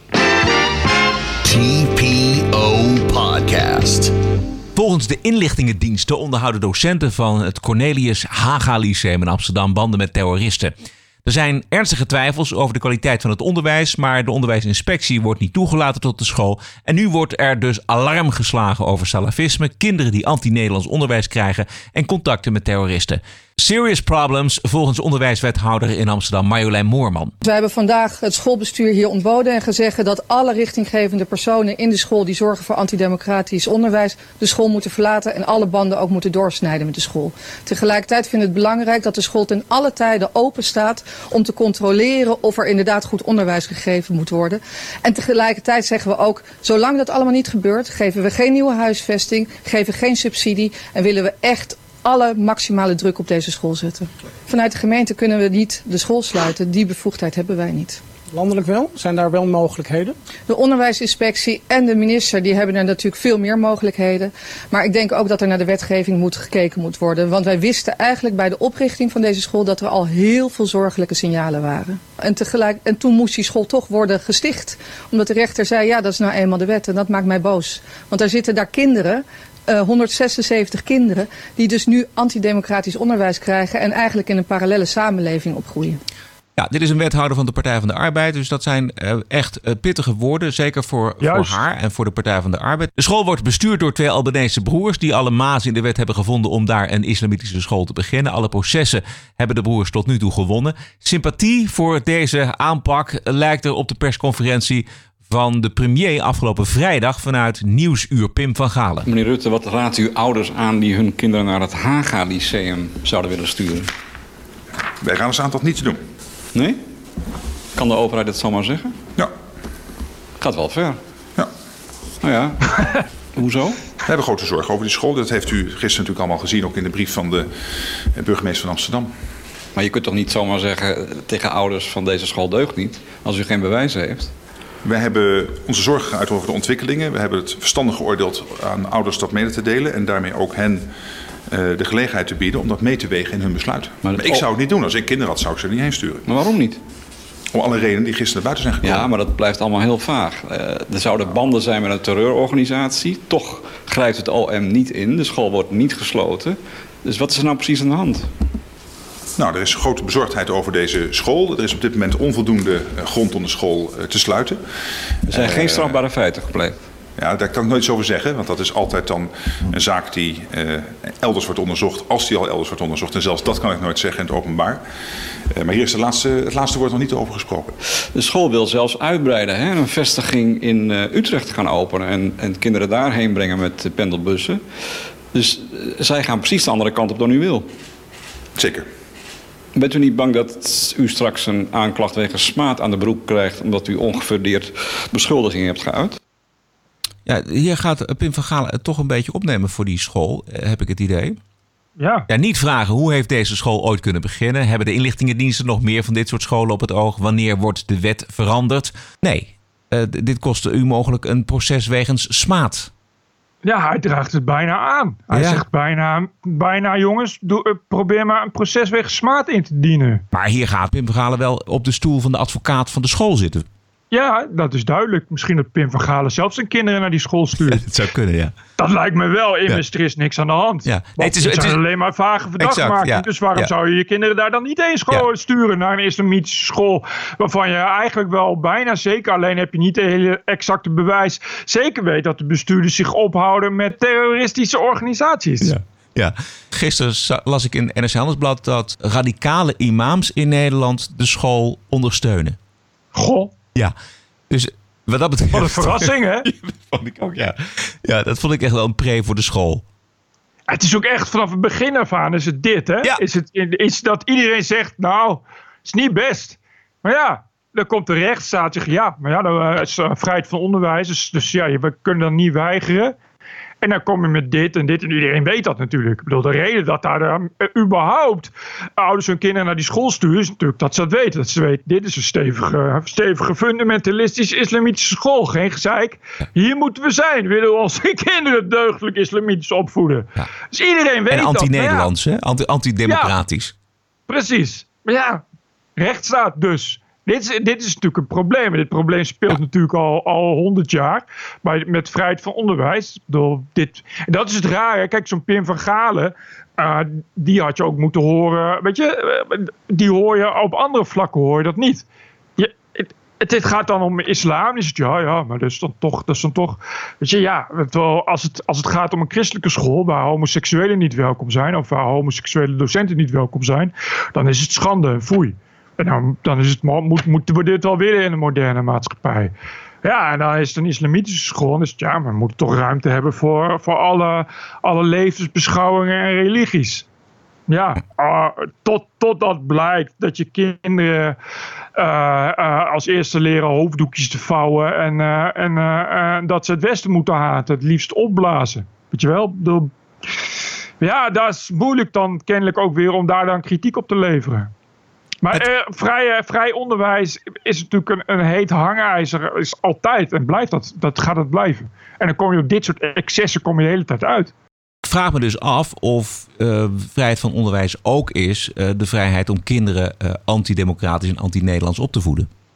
T P O Podcast. Volgens de inlichtingendiensten onderhouden docenten van het Cornelius Haga Lyceum in Amsterdam banden met terroristen. Er zijn ernstige twijfels over de kwaliteit van het onderwijs, maar de onderwijsinspectie wordt niet toegelaten tot de school. En nu wordt er dus alarm geslagen over salafisme, kinderen die anti-Nederlands onderwijs krijgen en contacten met terroristen. Serious problems volgens onderwijswethouder in Amsterdam Marjolein Moorman. We hebben vandaag het schoolbestuur hier ontboden en gezegd dat alle richtinggevende personen in de school die zorgen voor antidemocratisch onderwijs de school moeten verlaten en alle banden ook moeten doorsnijden met de school. Tegelijkertijd vinden we het belangrijk dat de school ten alle tijde open staat om te controleren of er inderdaad goed onderwijs gegeven moet worden. En tegelijkertijd zeggen we ook, zolang dat allemaal niet gebeurt, geven we geen nieuwe huisvesting, geven we geen subsidie en willen we echt alle maximale druk op deze school zetten. Vanuit de gemeente kunnen we niet de school sluiten. Die bevoegdheid hebben wij niet. Landelijk wel? Zijn daar wel mogelijkheden? De onderwijsinspectie en de minister die hebben er natuurlijk veel meer mogelijkheden. Maar ik denk ook dat er naar de wetgeving moet gekeken moet worden. Want wij wisten eigenlijk bij de oprichting van deze school dat er al heel veel zorgelijke signalen waren. En, tegelijk, en toen moest die school toch worden gesticht. Omdat de rechter zei, ja, dat is nou eenmaal de wet. En dat maakt mij boos. Want er zitten daar kinderen, Uh, honderdzesenzeventig kinderen die dus nu antidemocratisch onderwijs krijgen en eigenlijk in een parallele samenleving opgroeien. Ja, dit is een wethouder van de Partij van de Arbeid. Dus dat zijn uh, echt uh, pittige woorden. Zeker voor, voor haar en voor de Partij van de Arbeid. De school wordt bestuurd door twee Albanese broers. Die alle mazen in de wet hebben gevonden om daar een islamitische school te beginnen. Alle processen hebben de broers tot nu toe gewonnen. Sympathie voor deze aanpak lijkt er op de persconferentie van de premier afgelopen vrijdag vanuit Nieuwsuur. Pim van Galen. Meneer Rutte, wat raadt u ouders aan die hun kinderen naar het Haga Lyceum zouden willen sturen? Wij gaan er aan tot niet te doen. Nee? Kan de overheid het zomaar zeggen? Ja. Gaat wel ver. Ja. Nou ja, hoezo? We hebben grote zorgen over die school. Dat heeft u gisteren natuurlijk allemaal gezien, ook in de brief van de burgemeester van Amsterdam. Maar je kunt toch niet zomaar zeggen tegen ouders van deze school deugt niet, als u geen bewijs heeft? Wij hebben onze zorgen geuit over de ontwikkelingen. We hebben het verstandig geoordeeld aan ouders dat mede te delen en daarmee ook hen uh, de gelegenheid te bieden om dat mee te wegen in hun besluit. Maar, maar ik zou het niet doen. Als ik kinderen had, zou ik ze er niet heen sturen. Maar waarom niet? Om alle redenen die gisteren naar buiten zijn gekomen. Ja, maar dat blijft allemaal heel vaag. Uh, er zouden banden zijn met een terreurorganisatie. Toch grijpt het O M niet in. De school wordt niet gesloten. Dus wat is er nou precies aan de hand? Nou, er is grote bezorgdheid over deze school. Er is op dit moment onvoldoende grond om de school uh, te sluiten. Er zijn uh, geen strafbare feiten gepleegd. Ja, daar kan ik nooit iets over zeggen, want dat is altijd dan een zaak die uh, elders wordt onderzocht, als die al elders wordt onderzocht. En zelfs dat kan ik nooit zeggen in het openbaar. Uh, maar hier is de laatste, het laatste woord nog niet over gesproken. De school wil zelfs uitbreiden, hè? Een vestiging in uh, Utrecht gaan openen en, en kinderen daarheen brengen met pendelbussen. Dus uh, zij gaan precies de andere kant op dan u wil. Zeker. Bent u niet bang dat u straks een aanklacht wegens smaad aan de broek krijgt omdat u ongefundeerd beschuldigingen hebt geuit? Ja, hier gaat Pim van Galen het toch een beetje opnemen voor die school, heb ik het idee. Ja. Ja, niet vragen hoe heeft deze school ooit kunnen beginnen? Hebben de inlichtingendiensten nog meer van dit soort scholen op het oog? Wanneer wordt de wet veranderd? Nee, uh, dit kostte u mogelijk een proces wegens smaad. Ja, hij draagt het bijna aan. Hij ja. zegt bijna, bijna jongens, doe, uh, probeer maar een proces wegens smaad in te dienen. Maar hier gaat Pim van Galen wel op de stoel van de advocaat van de school zitten. Ja, dat is duidelijk. Misschien dat Pim van Galen zelf zijn kinderen naar die school stuurt. Ja, dat zou kunnen, ja. Dat lijkt me wel. Immers, ja. Er is niks aan de hand. Ja. Nee, het is, het zijn het is, alleen maar vage verdachtmaking. Ja. Dus waarom ja. zou je je kinderen daar dan niet heen school ja. sturen? Naar een islamitische school. Waarvan je eigenlijk wel bijna zeker, alleen heb je niet de hele exacte bewijs, zeker weet dat de bestuurders zich ophouden met terroristische organisaties. Ja. Ja. Gisteren las ik in N R C Handelsblad dat radicale imams in Nederland de school ondersteunen. Goh. Ja, dus wat dat betreft... Wat een verrassing, hè? dat vond ik ook, ja. Ja, dat vond ik echt wel een pre voor de school. Het is ook echt vanaf het begin af aan is het dit, hè? Ja. Is het is dat iedereen zegt, nou, het is niet best. Maar ja, dan komt de rechtsstaat zeggen, ja, maar ja, dat is uh, vrijheid van onderwijs. Dus, dus ja, we kunnen dan niet weigeren. En dan kom je met dit en dit. En iedereen weet dat natuurlijk. Ik bedoel, de reden dat daar uh, überhaupt ouders hun kinderen naar die school sturen, is natuurlijk dat ze dat weten. Dat ze weten, dit is een stevige, stevige fundamentalistische islamitische school. Geen gezeik. Hier moeten we zijn. Willen we onze kinderen deugdelijk islamitisch opvoeden. Ja. Dus iedereen weet dat. En anti-Nederlands, hè? Anti- anti-democratisch. Ja, precies. Maar ja, rechtsstaat dus. Dit is, dit is natuurlijk een probleem. En dit probleem speelt ja. natuurlijk al al honderd jaar. Maar met vrijheid van onderwijs. Door dit, en dat is het rare. Kijk, zo'n Pim van Galen. Uh, die had je ook moeten horen. Weet je, uh, die hoor je op andere vlakken hoor je dat niet. Je, het, het, het gaat dan om islam. Is het ja, ja, maar dat is dan toch. Dat is dan toch weet je, ja, als het, als het gaat om een christelijke school. Waar homoseksuelen niet welkom zijn. Of waar homoseksuele docenten niet welkom zijn. Dan is het schande en foei. En dan, dan is het, moet, moeten we dit wel willen in een moderne maatschappij. Ja, en dan is het een islamitische school. Dus ja, maar we moeten toch ruimte hebben voor, voor alle, alle levensbeschouwingen en religies. Ja, uh, tot, totdat blijkt dat je kinderen uh, uh, als eerste leren hoofddoekjes te vouwen. En, uh, en uh, uh, dat ze het Westen moeten haten, het liefst opblazen. Weet je wel? De, ja, dat is moeilijk dan kennelijk ook weer om daar dan kritiek op te leveren. Maar het... uh, vrij, uh, vrij onderwijs is natuurlijk een, een heet hangijzer. Is altijd en blijft dat. Dat gaat het blijven. En dan kom je op dit soort excessen kom je de hele tijd uit. Ik vraag me dus af of uh, vrijheid van onderwijs ook is uh, de vrijheid om kinderen uh, antidemocratisch en anti-Nederlands op te voeden.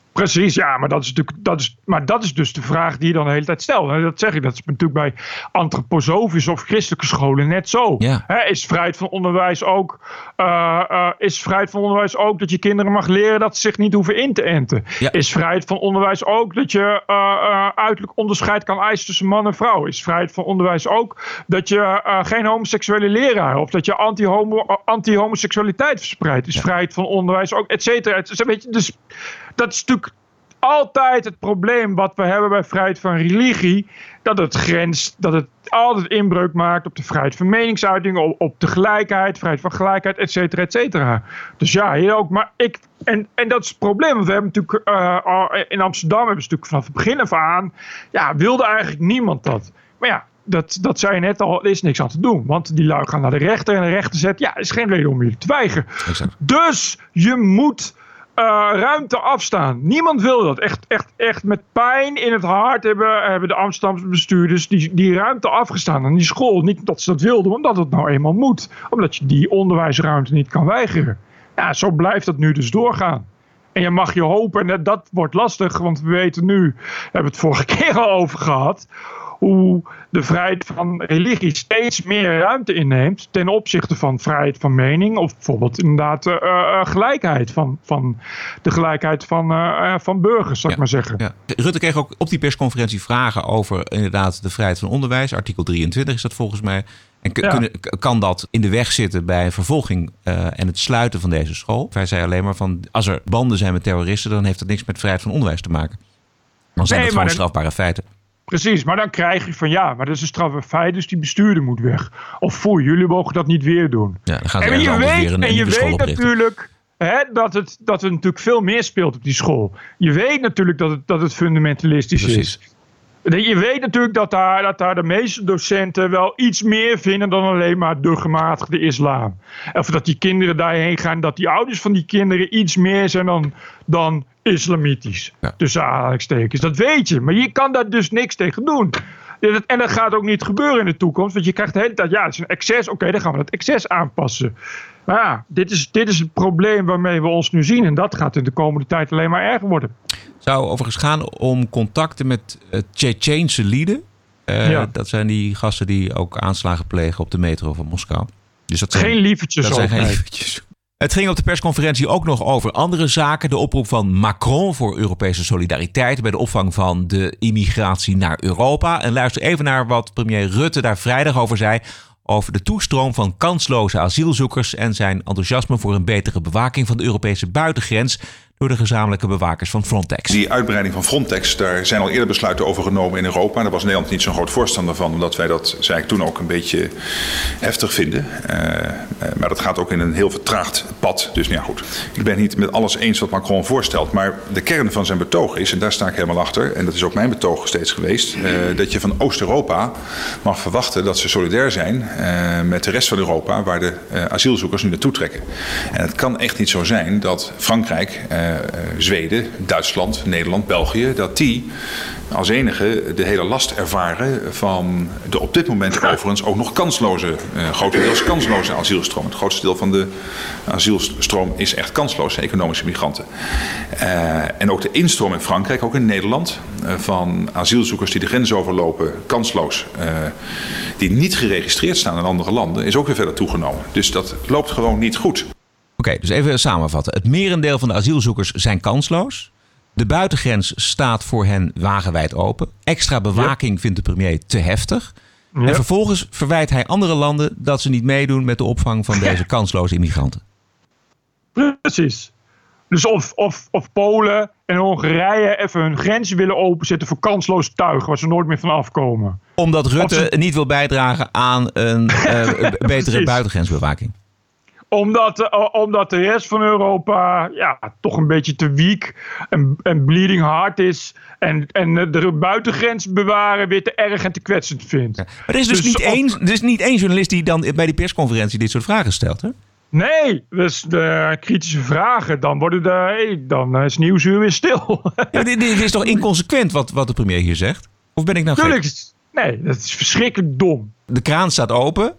Precies, ja, maar dat is natuurlijk, dat is, maar dat is dus de vraag die je dan de hele tijd stelt. En dat zeg ik, dat is natuurlijk bij antroposofische of christelijke scholen net zo. Ja. Hè, is vrijheid van onderwijs ook, uh, uh, is vrijheid van onderwijs ook dat je kinderen mag leren dat ze zich niet hoeven in te enten? Ja. Is vrijheid van onderwijs ook dat je uh, uh, uiterlijk onderscheid kan eisen tussen man en vrouw? Is vrijheid van onderwijs ook dat je uh, geen homoseksuele leraar of dat je anti-homo, anti-homoseksualiteit verspreidt? Is ja. vrijheid van onderwijs ook, et cetera. Et cetera. Weet je, dus dat is natuurlijk altijd het probleem wat we hebben bij vrijheid van religie. Dat het grens, dat het altijd inbreuk maakt op de vrijheid van meningsuiting, op, op de gelijkheid, vrijheid van gelijkheid, et cetera, et cetera. Dus ja, hier ook. Maar ik, en, en dat is het probleem. Want we hebben natuurlijk, uh, in Amsterdam hebben ze natuurlijk vanaf het begin af aan, ja, wilde eigenlijk niemand dat. Maar ja, dat, dat zei je net al, er is niks aan te doen. Want die lui gaan naar de rechter en de rechter zegt, ja, er is geen reden om je te weigeren. Exact. Dus je moet Uh, ruimte afstaan. Niemand wil dat. Echt, echt, echt met pijn in het hart hebben, hebben de Amsterdamse bestuurders die, die ruimte afgestaan aan die school. Niet dat ze dat wilden, maar omdat het nou eenmaal moet. Omdat je die onderwijsruimte niet kan weigeren. Ja, zo blijft dat nu dus doorgaan. En je mag je hopen, en dat, dat wordt lastig, want we weten nu, we hebben het vorige keer al over gehad, hoe de vrijheid van religie steeds meer ruimte inneemt ten opzichte van vrijheid van mening of bijvoorbeeld inderdaad uh, uh, gelijkheid van, van de gelijkheid van, uh, van burgers, zou ik ja, maar zeggen. Ja. Rutte kreeg ook op die persconferentie vragen over inderdaad de vrijheid van onderwijs. Artikel drieëntwintig is dat volgens mij. En k- ja. kunnen, kan dat in de weg zitten bij vervolging uh, en het sluiten van deze school? Hij zei alleen maar van, als er banden zijn met terroristen, dan heeft dat niks met vrijheid van onderwijs te maken. Dan zijn nee, dat gewoon dan strafbare feiten. Precies, maar dan krijg je van ja, maar dat is een strafbaar feit, dus die bestuurder moet weg. Of foei, jullie mogen dat niet weer doen. Ja, dan gaan ze en je weet, weer een en je weet natuurlijk hè, dat, het, dat er natuurlijk veel meer speelt op die school. Je weet natuurlijk dat het, dat het fundamentalistisch Precies. is. Je weet natuurlijk dat daar, dat daar de meeste docenten wel iets meer vinden dan alleen maar de gematigde islam. Of dat die kinderen daarheen gaan, dat die ouders van die kinderen iets meer zijn dan, dan islamitisch. Ja. Tussen aanhalingstekens. Dat weet je, maar je kan daar dus niks tegen doen. En dat gaat ook niet gebeuren in de toekomst. Want je krijgt de hele tijd, ja, het is een excess. Oké, okay, dan gaan we dat excess aanpassen. Maar ja, dit is, dit is het probleem waarmee we ons nu zien. En dat gaat in de komende tijd alleen maar erger worden. Het zou overigens gaan om contacten met uh, Tsjetsjeense lieden. Uh, ja. Dat zijn die gasten die ook aanslagen plegen op de metro van Moskou. Dus dat zijn, geen lievertjes. Dat zijn geen lievertjes. Het ging op de persconferentie ook nog over andere zaken. De oproep van Macron voor Europese solidariteit bij de opvang van de immigratie naar Europa. En luister even naar wat premier Rutte daar vrijdag over zei. Over de toestroom van kansloze asielzoekers en zijn enthousiasme voor een betere bewaking van de Europese buitengrens door de gezamenlijke bewakers van Frontex. Die uitbreiding van Frontex, daar zijn al eerder besluiten over genomen in Europa. Daar was Nederland niet zo'n groot voorstander van, omdat wij dat, zei ik toen, ook een beetje heftig vinden. Uh, uh, maar dat gaat ook in een heel vertraagd pad. Dus nou ja, goed. Ik ben het niet met alles eens wat Macron voorstelt. Maar de kern van zijn betoog is, en daar sta ik helemaal achter, en dat is ook mijn betoog steeds geweest, uh, dat je van Oost-Europa mag verwachten dat ze solidair zijn uh, met de rest van Europa, waar de uh, asielzoekers nu naartoe trekken. En het kan echt niet zo zijn dat Frankrijk, Uh, Uh, Zweden, Duitsland, Nederland, België, dat die als enige de hele last ervaren van de op dit moment overigens ook nog kansloze, uh, grotendeels kansloze asielstroom. Het grootste deel van de asielstroom is echt kansloos, economische migranten. Uh, en ook de instroom in Frankrijk, ook in Nederland, uh, van asielzoekers die de grens overlopen, kansloos, uh, die niet geregistreerd staan in andere landen, is ook weer verder toegenomen. Dus dat loopt gewoon niet goed. Oké, okay, dus even samenvatten. Het merendeel van de asielzoekers zijn kansloos. De buitengrens staat voor hen wagenwijd open. Extra bewaking yep. vindt de premier te heftig. Yep. En vervolgens verwijt hij andere landen dat ze niet meedoen met de opvang van deze kansloze immigranten. Precies. Dus of, of, of Polen en Hongarije even hun grenzen willen openzetten voor kansloos tuig, waar ze nooit meer van afkomen. Omdat Rutte ze... niet wil bijdragen aan een uh, betere buitengrensbewaking. Omdat, uh, omdat de rest van Europa ja, toch een beetje te weak en, en bleeding hard is. En, en de buitengrens bewaren weer te erg en te kwetsend vindt. Ja, maar er is dus, dus niet, één, er is niet één journalist die dan bij die persconferentie dit soort vragen stelt, hè? Nee, dus de kritische vragen, dan, worden de, hey, dan is Nieuwsuur weer stil. Ja, dit, dit is toch inconsequent wat, wat de premier hier zegt? Of ben ik nou Tuurlijk, gek? Nee, dat is verschrikkelijk dom. De kraan staat open.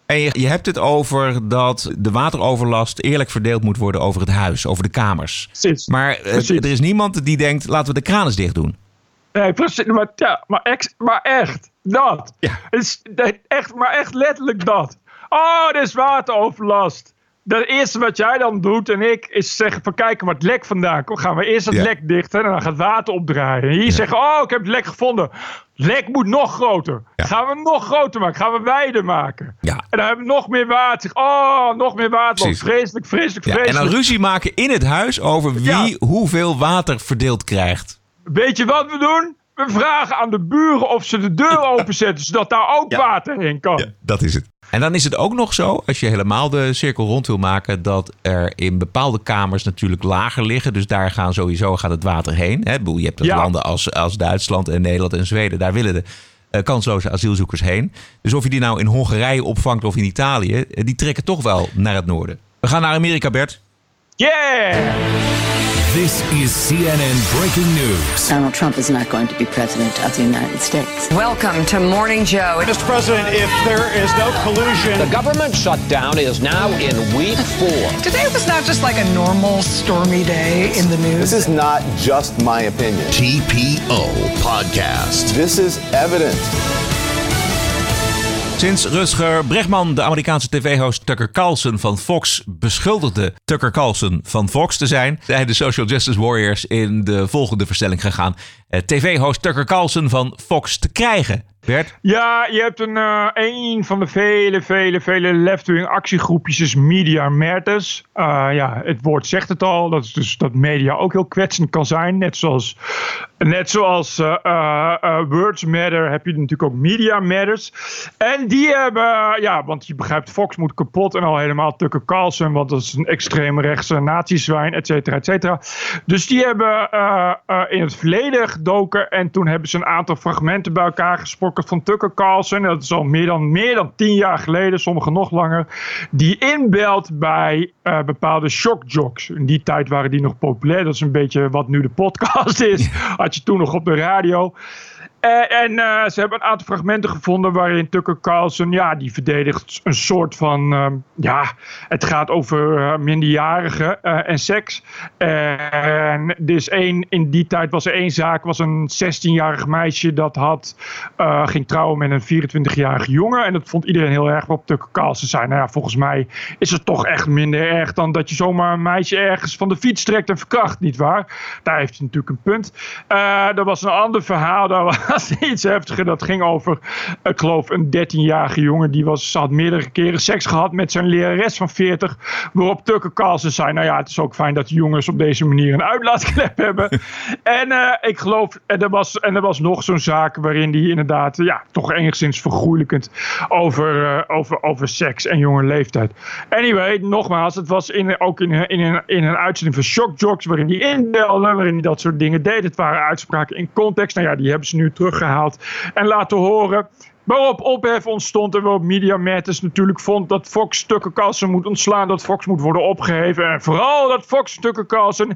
En je, je hebt het over dat de wateroverlast eerlijk verdeeld moet worden over het huis, over de kamers. Precies. Maar uh, Precies. er is niemand die denkt, laten we de kraan eens dicht doen. Nee, precies. Maar, ja, maar, ex, maar echt, dat. Ja. Is, echt, maar echt letterlijk dat. Oh, er is wateroverlast. Het eerste wat jij dan doet en ik is zeggen van kijk waar het lek vandaan komt. Gaan we eerst het ja. lek dichten en dan gaat water opdraaien. En hier ja. zeggen oh ik heb het lek gevonden. Het lek moet nog groter. Ja. Gaan we nog groter maken. Gaan we wijder maken. Ja. En dan hebben we nog meer water. Oh nog meer water. Precies. Vreselijk, vreselijk, ja. vreselijk. En dan ruzie maken in het huis over wie ja. hoeveel water verdeeld krijgt. Weet je wat we doen? We vragen aan de buren of ze de deur openzetten zodat daar ook ja. water in kan. Ja, dat is het. En dan is het ook nog zo, als je helemaal de cirkel rond wil maken, dat er in bepaalde kamers natuurlijk lager liggen. Dus daar gaan sowieso gaat het water heen. Hè? Je hebt ja. landen als, als Duitsland en Nederland en Zweden. Daar willen de uh, kansloze asielzoekers heen. Dus of je die nou in Hongarije opvangt of in Italië, die trekken toch wel naar het noorden. We gaan naar Amerika, Bert. Yeah! This is C N N Breaking News. Donald Trump is not going to be president of the United States. Welcome to Morning Joe. Mister President, if there is no collusion... The government shutdown is now in week four. Today was not just like a normal stormy day in the news. This is not just my opinion. T P O Podcast. This is evidence. Sinds Rutger Bregman, de Amerikaanse tv-host Tucker Carlson van Fox, beschuldigde Tucker Carlson van Fox te zijn, zijn de Social Justice Warriors in de volgende verstelling gegaan. Uh, tv-host Tucker Carlson van Fox te krijgen. Bert? Ja, je hebt een, uh, een van de vele, vele, vele left-wing actiegroepjes is Media Matters. Uh, ja, het woord zegt het al. Dat is dus dat media ook heel kwetsend kan zijn. Net zoals, net zoals uh, uh, uh, Words Matter heb je natuurlijk ook Media Matters. En die hebben, ja, want je begrijpt, Fox moet kapot en al helemaal Tucker Carlson, want dat is een extreemrechtse nazi-zwijn, et cetera, et cetera. Dus die hebben uh, uh, in het verleden gedoken en toen hebben ze een aantal fragmenten bij elkaar gesproken van Tucker Carlson, dat is al meer dan, meer dan tien jaar geleden, sommigen nog langer, die inbelt bij uh, bepaalde shockjocks. In die tijd waren die nog populair. Dat is een beetje wat nu de podcast is. Had je toen nog op de radio. Uh, en uh, ze hebben een aantal fragmenten gevonden waarin Tucker Carlson, ja, die verdedigt een soort van, uh, ja, het gaat over uh, minderjarigen uh, en seks. Uh, en er is één, in die tijd was er één zaak, was een zestienjarig meisje dat had, uh, ging trouwen met een vierentwintigjarige jongen. En dat vond iedereen heel erg op Tucker Carlson zei. Nou ja, volgens mij is het toch echt minder erg dan dat je zomaar een meisje ergens van de fiets trekt en verkracht, nietwaar? Daar heeft hij natuurlijk een punt. Uh, er was een ander verhaal, daar was Dat is iets heftiger. Dat ging over, ik geloof, een dertienjarige jongen. Die was, had meerdere keren seks gehad met zijn lerares van veertig. Waarop Tucker Carlson zei, nou ja, het is ook fijn dat de jongens op deze manier een uitlaatklep hebben. En uh, ik geloof, en er, was, en er was nog zo'n zaak waarin die inderdaad, ja, toch enigszins vergoeilijkend over, uh, over, over seks en jonge leeftijd. Anyway, nogmaals, het was in, ook in, in, in, in een uitzending van Shock Jocks waarin die inbelde, waarin hij dat soort dingen deed. Het waren uitspraken in context. Nou ja, die hebben ze nu teruggehaald en laten horen. Waarop ophef ontstond en waarop Media Matters natuurlijk vond dat Fox Tucker Carlson moet ontslaan, dat Fox moet worden opgeheven en vooral dat Fox Tucker Carlson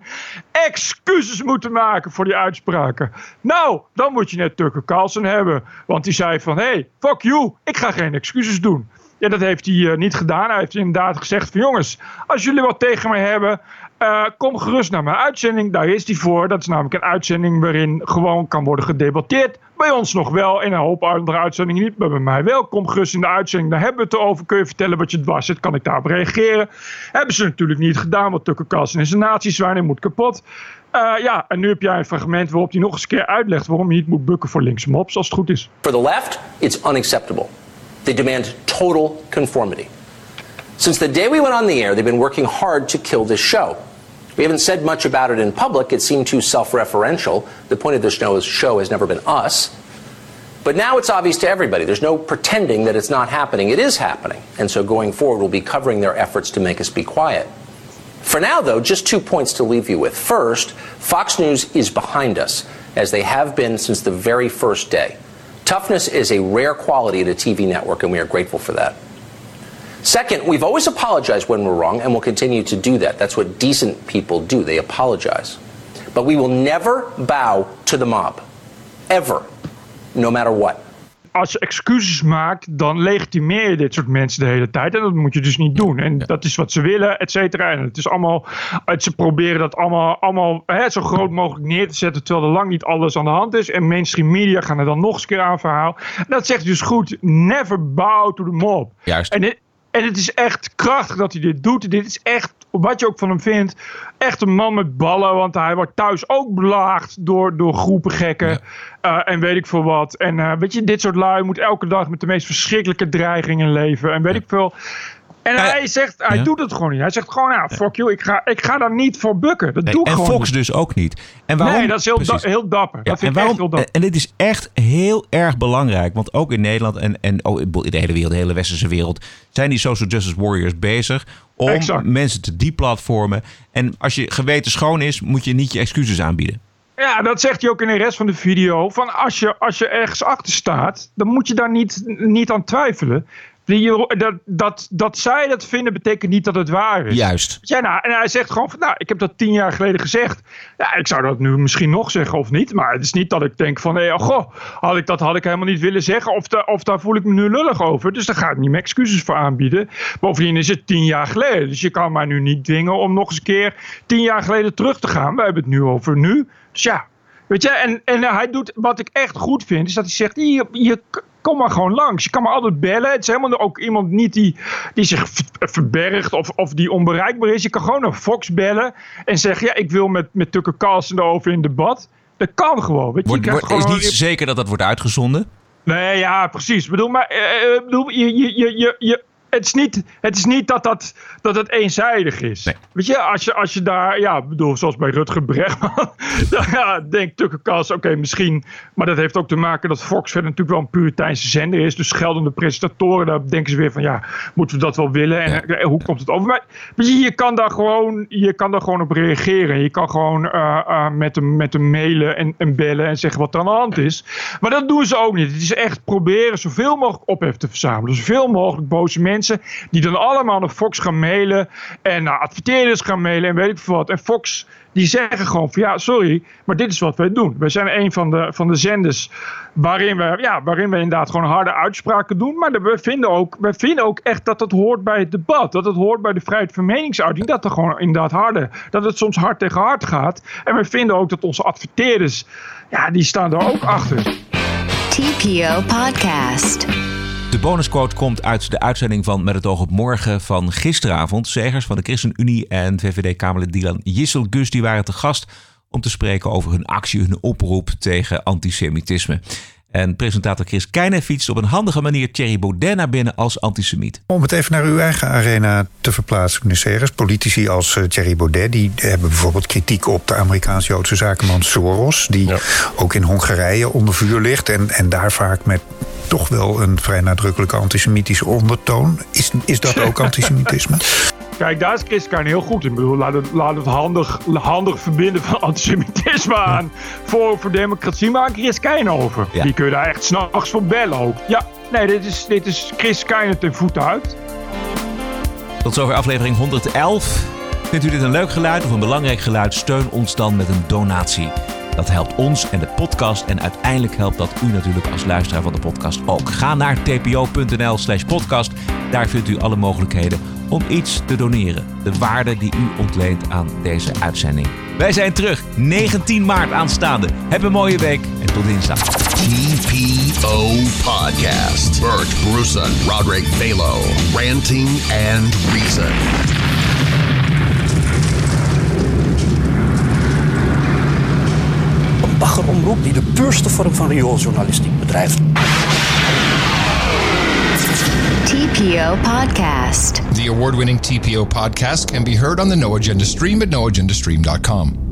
excuses moeten maken voor die uitspraken. Nou, dan moet je net Tucker Carlson hebben, want die zei van, hey, fuck you, ik ga geen excuses doen. Ja, dat heeft hij uh, niet gedaan. Hij heeft inderdaad gezegd van, jongens, als jullie wat tegen mij hebben, Uh, kom gerust naar mijn uitzending. Daar is die voor. Dat is namelijk een uitzending waarin gewoon kan worden gedebatteerd. Bij ons nog wel. En een hoop andere uitzendingen niet. Maar bij mij wel. Kom gerust in de uitzending. Daar hebben we het over. Kun je vertellen wat je dwars zit? Kan ik daarop reageren? Hebben ze natuurlijk niet gedaan. Want Tucker Carlson is een nazi-zwijn en moet kapot. Uh, ja, en nu heb jij een fragment waarop hij nog eens een keer uitlegt waarom je niet moet bukken voor linkse mobs als het goed is. For the left, it's unacceptable. They demand total conformity. Since the day we went on the air, they've been working hard to kill this show. We haven't said much about it in public. It seemed too self-referential. The point of this show has never been us. But now it's obvious to everybody. There's no pretending that it's not happening. It is happening. And so going forward, we'll be covering their efforts to make us be quiet. For now, though, just two points to leave you with. First, Fox News is behind us, as they have been since the very first day. Toughness is a rare quality at a T V network, and we are grateful for that. Second, we've always apologized when we're wrong, and we'll continue to do that. That's what decent people do. They apologize. But we will never bow to the mob. Ever. No matter what. als je excuses maakt, dan legitimeer je dit soort mensen de hele tijd. En dat moet je dus niet doen. En ja. dat is wat ze willen, et cetera. En het is allemaal, ze proberen dat allemaal, allemaal hè, zo groot mogelijk neer te zetten, terwijl er lang niet alles aan de hand is. En mainstream media gaan er dan nog eens een keer aan verhaal. En dat zegt dus goed, never bow to the mob. Juist. En dit, En het is echt krachtig dat hij dit doet. Dit is echt, wat je ook van hem vindt, echt een man met ballen. Want hij wordt thuis ook belaagd door, door groepen gekken. Ja. Uh, en weet ik veel wat. En uh, weet je, dit soort lui moet elke dag met de meest verschrikkelijke dreigingen leven. En weet ja. ik veel. En hij uh, zegt, hij ja. doet het gewoon niet. Hij zegt gewoon, nou, fuck you, ik ga, ik ga daar niet voor bukken. Dat nee, doe ik en gewoon Fox niet. dus ook niet. En waarom? Nee, dat is heel, da- heel dapper. Ja, dat vind en, waarom, ik echt heel dapper. En dit is echt heel erg belangrijk. Want ook in Nederland en, en oh, in de hele wereld, de hele westerse wereld, zijn die social justice warriors bezig om exact. mensen te deplatformen. En als je geweten schoon is, moet je niet je excuses aanbieden. Ja, dat zegt hij ook in de rest van de video. Van als je, als je ergens achter staat, dan moet je daar niet, niet aan twijfelen. Dat, dat, dat zij dat vinden betekent niet dat het waar is. Juist. Ja, nou, en hij zegt gewoon van, nou, ik heb dat tien jaar geleden gezegd. Ja, ik zou dat nu misschien nog zeggen of niet. Maar het is niet dat ik denk van, hé, oh, goh, had ik dat had ik helemaal niet willen zeggen. Of, de, of daar voel ik me nu lullig over. Dus daar ga ik niet meer excuses voor aanbieden. Bovendien is het tien jaar geleden. Dus je kan mij nu niet dwingen om nog eens een keer tien jaar geleden terug te gaan. We hebben het nu over nu. Dus ja, weet je, en, en hij doet, wat ik echt goed vind, is dat hij zegt, je, je kom maar gewoon langs. Je kan me altijd bellen. Het is helemaal ook iemand niet die, die zich verbergt of, of die onbereikbaar is. Je kan gewoon naar Fox bellen en zeggen, ja, ik wil met, met Tucker Carlson erover in debat. Dat kan gewoon. Weet je, wordt, je wordt, gewoon is niet zeker dat dat wordt uitgezonden? Nee, ja, precies. Ik bedoel, maar uh, bedoel, je, je, je, je, het is niet, het is niet dat, dat, dat het eenzijdig is. Nee. Weet je, als je, als je daar, ja, bedoel, zoals bij Rutger Bregman, dan ja, denkt Tucker Carlson, oké, okay, misschien, maar dat heeft ook te maken dat Fox verder natuurlijk wel een Puriteinse zender is, dus geldende presentatoren, daar denken ze weer van, ja, moeten we dat wel willen en ja. hoe komt het over? Maar weet je, je kan daar gewoon, je kan daar gewoon op reageren. Je kan gewoon uh, uh, met hem, met hem mailen en, en bellen en zeggen wat er aan de hand is. Maar dat doen ze ook niet. Het is echt proberen zoveel mogelijk ophef te verzamelen. Zoveel mogelijk boze mensen die dan allemaal naar Fox gaan mailen en naar adverteerders gaan mailen en weet ik veel wat. En Fox die zeggen gewoon van ja, sorry, maar dit is wat wij doen. Wij zijn een van de, van de zenders waarin we, ja, waarin we inderdaad gewoon harde uitspraken doen. Maar we vinden, ook, we vinden ook echt dat het hoort bij het debat. Dat het hoort bij de vrijheid van meningsuiting. Dat er gewoon inderdaad harde, dat het soms hard tegen hard gaat. En we vinden ook dat onze adverteerders, ja, die staan daar ook achter. T P O Podcast. De bonusquote komt uit de uitzending van Met het oog op morgen van gisteravond. Zegers van de ChristenUnie en V V D-Kamerlid Dylan Jisselgus die waren te gast om te spreken over hun actie, hun oproep tegen antisemitisme. En presentator Chris Keine fietst op een handige manier Thierry Baudet naar binnen als antisemiet. Om het even naar uw eigen arena te verplaatsen, meneer Segers. Politici als uh, Thierry Baudet die hebben bijvoorbeeld kritiek op de Amerikaans-Joodse zakenman Soros, die ja. ook in Hongarije onder vuur ligt en, en daar vaak met toch wel een vrij nadrukkelijke antisemitische ondertoon. Is, is dat ook antisemitisme? Kijk, daar is Chris Keine heel goed in. Ik bedoel, laat het, laat het handig, handig verbinden van antisemitisme aan voor, voor democratie, maar aan Chris Keine over. Ja. Die kun je daar echt 's nachts voor bellen ook. Ja, nee, dit is, dit is Chris Keine ten voeten uit. Tot zover aflevering honderd-elf. Vindt u dit een leuk geluid of een belangrijk geluid? Steun ons dan met een donatie. Dat helpt ons en de podcast en uiteindelijk helpt dat u natuurlijk als luisteraar van de podcast ook. Ga naar tpo.nl slash podcast. Daar vindt u alle mogelijkheden om iets te doneren. De waarde die u ontleent aan deze uitzending. Wij zijn terug negentien maart aanstaande. Heb een mooie week en tot dinsdag. T P O Podcast. Bert Brussen, Roderick Balo, Ranting and Reason. Een baggeromroep die de puurste vorm van riooljournalistiek bedrijft. T P O Podcast. The award-winning T P O podcast can be heard on the No Agenda stream at no agenda stream dot com.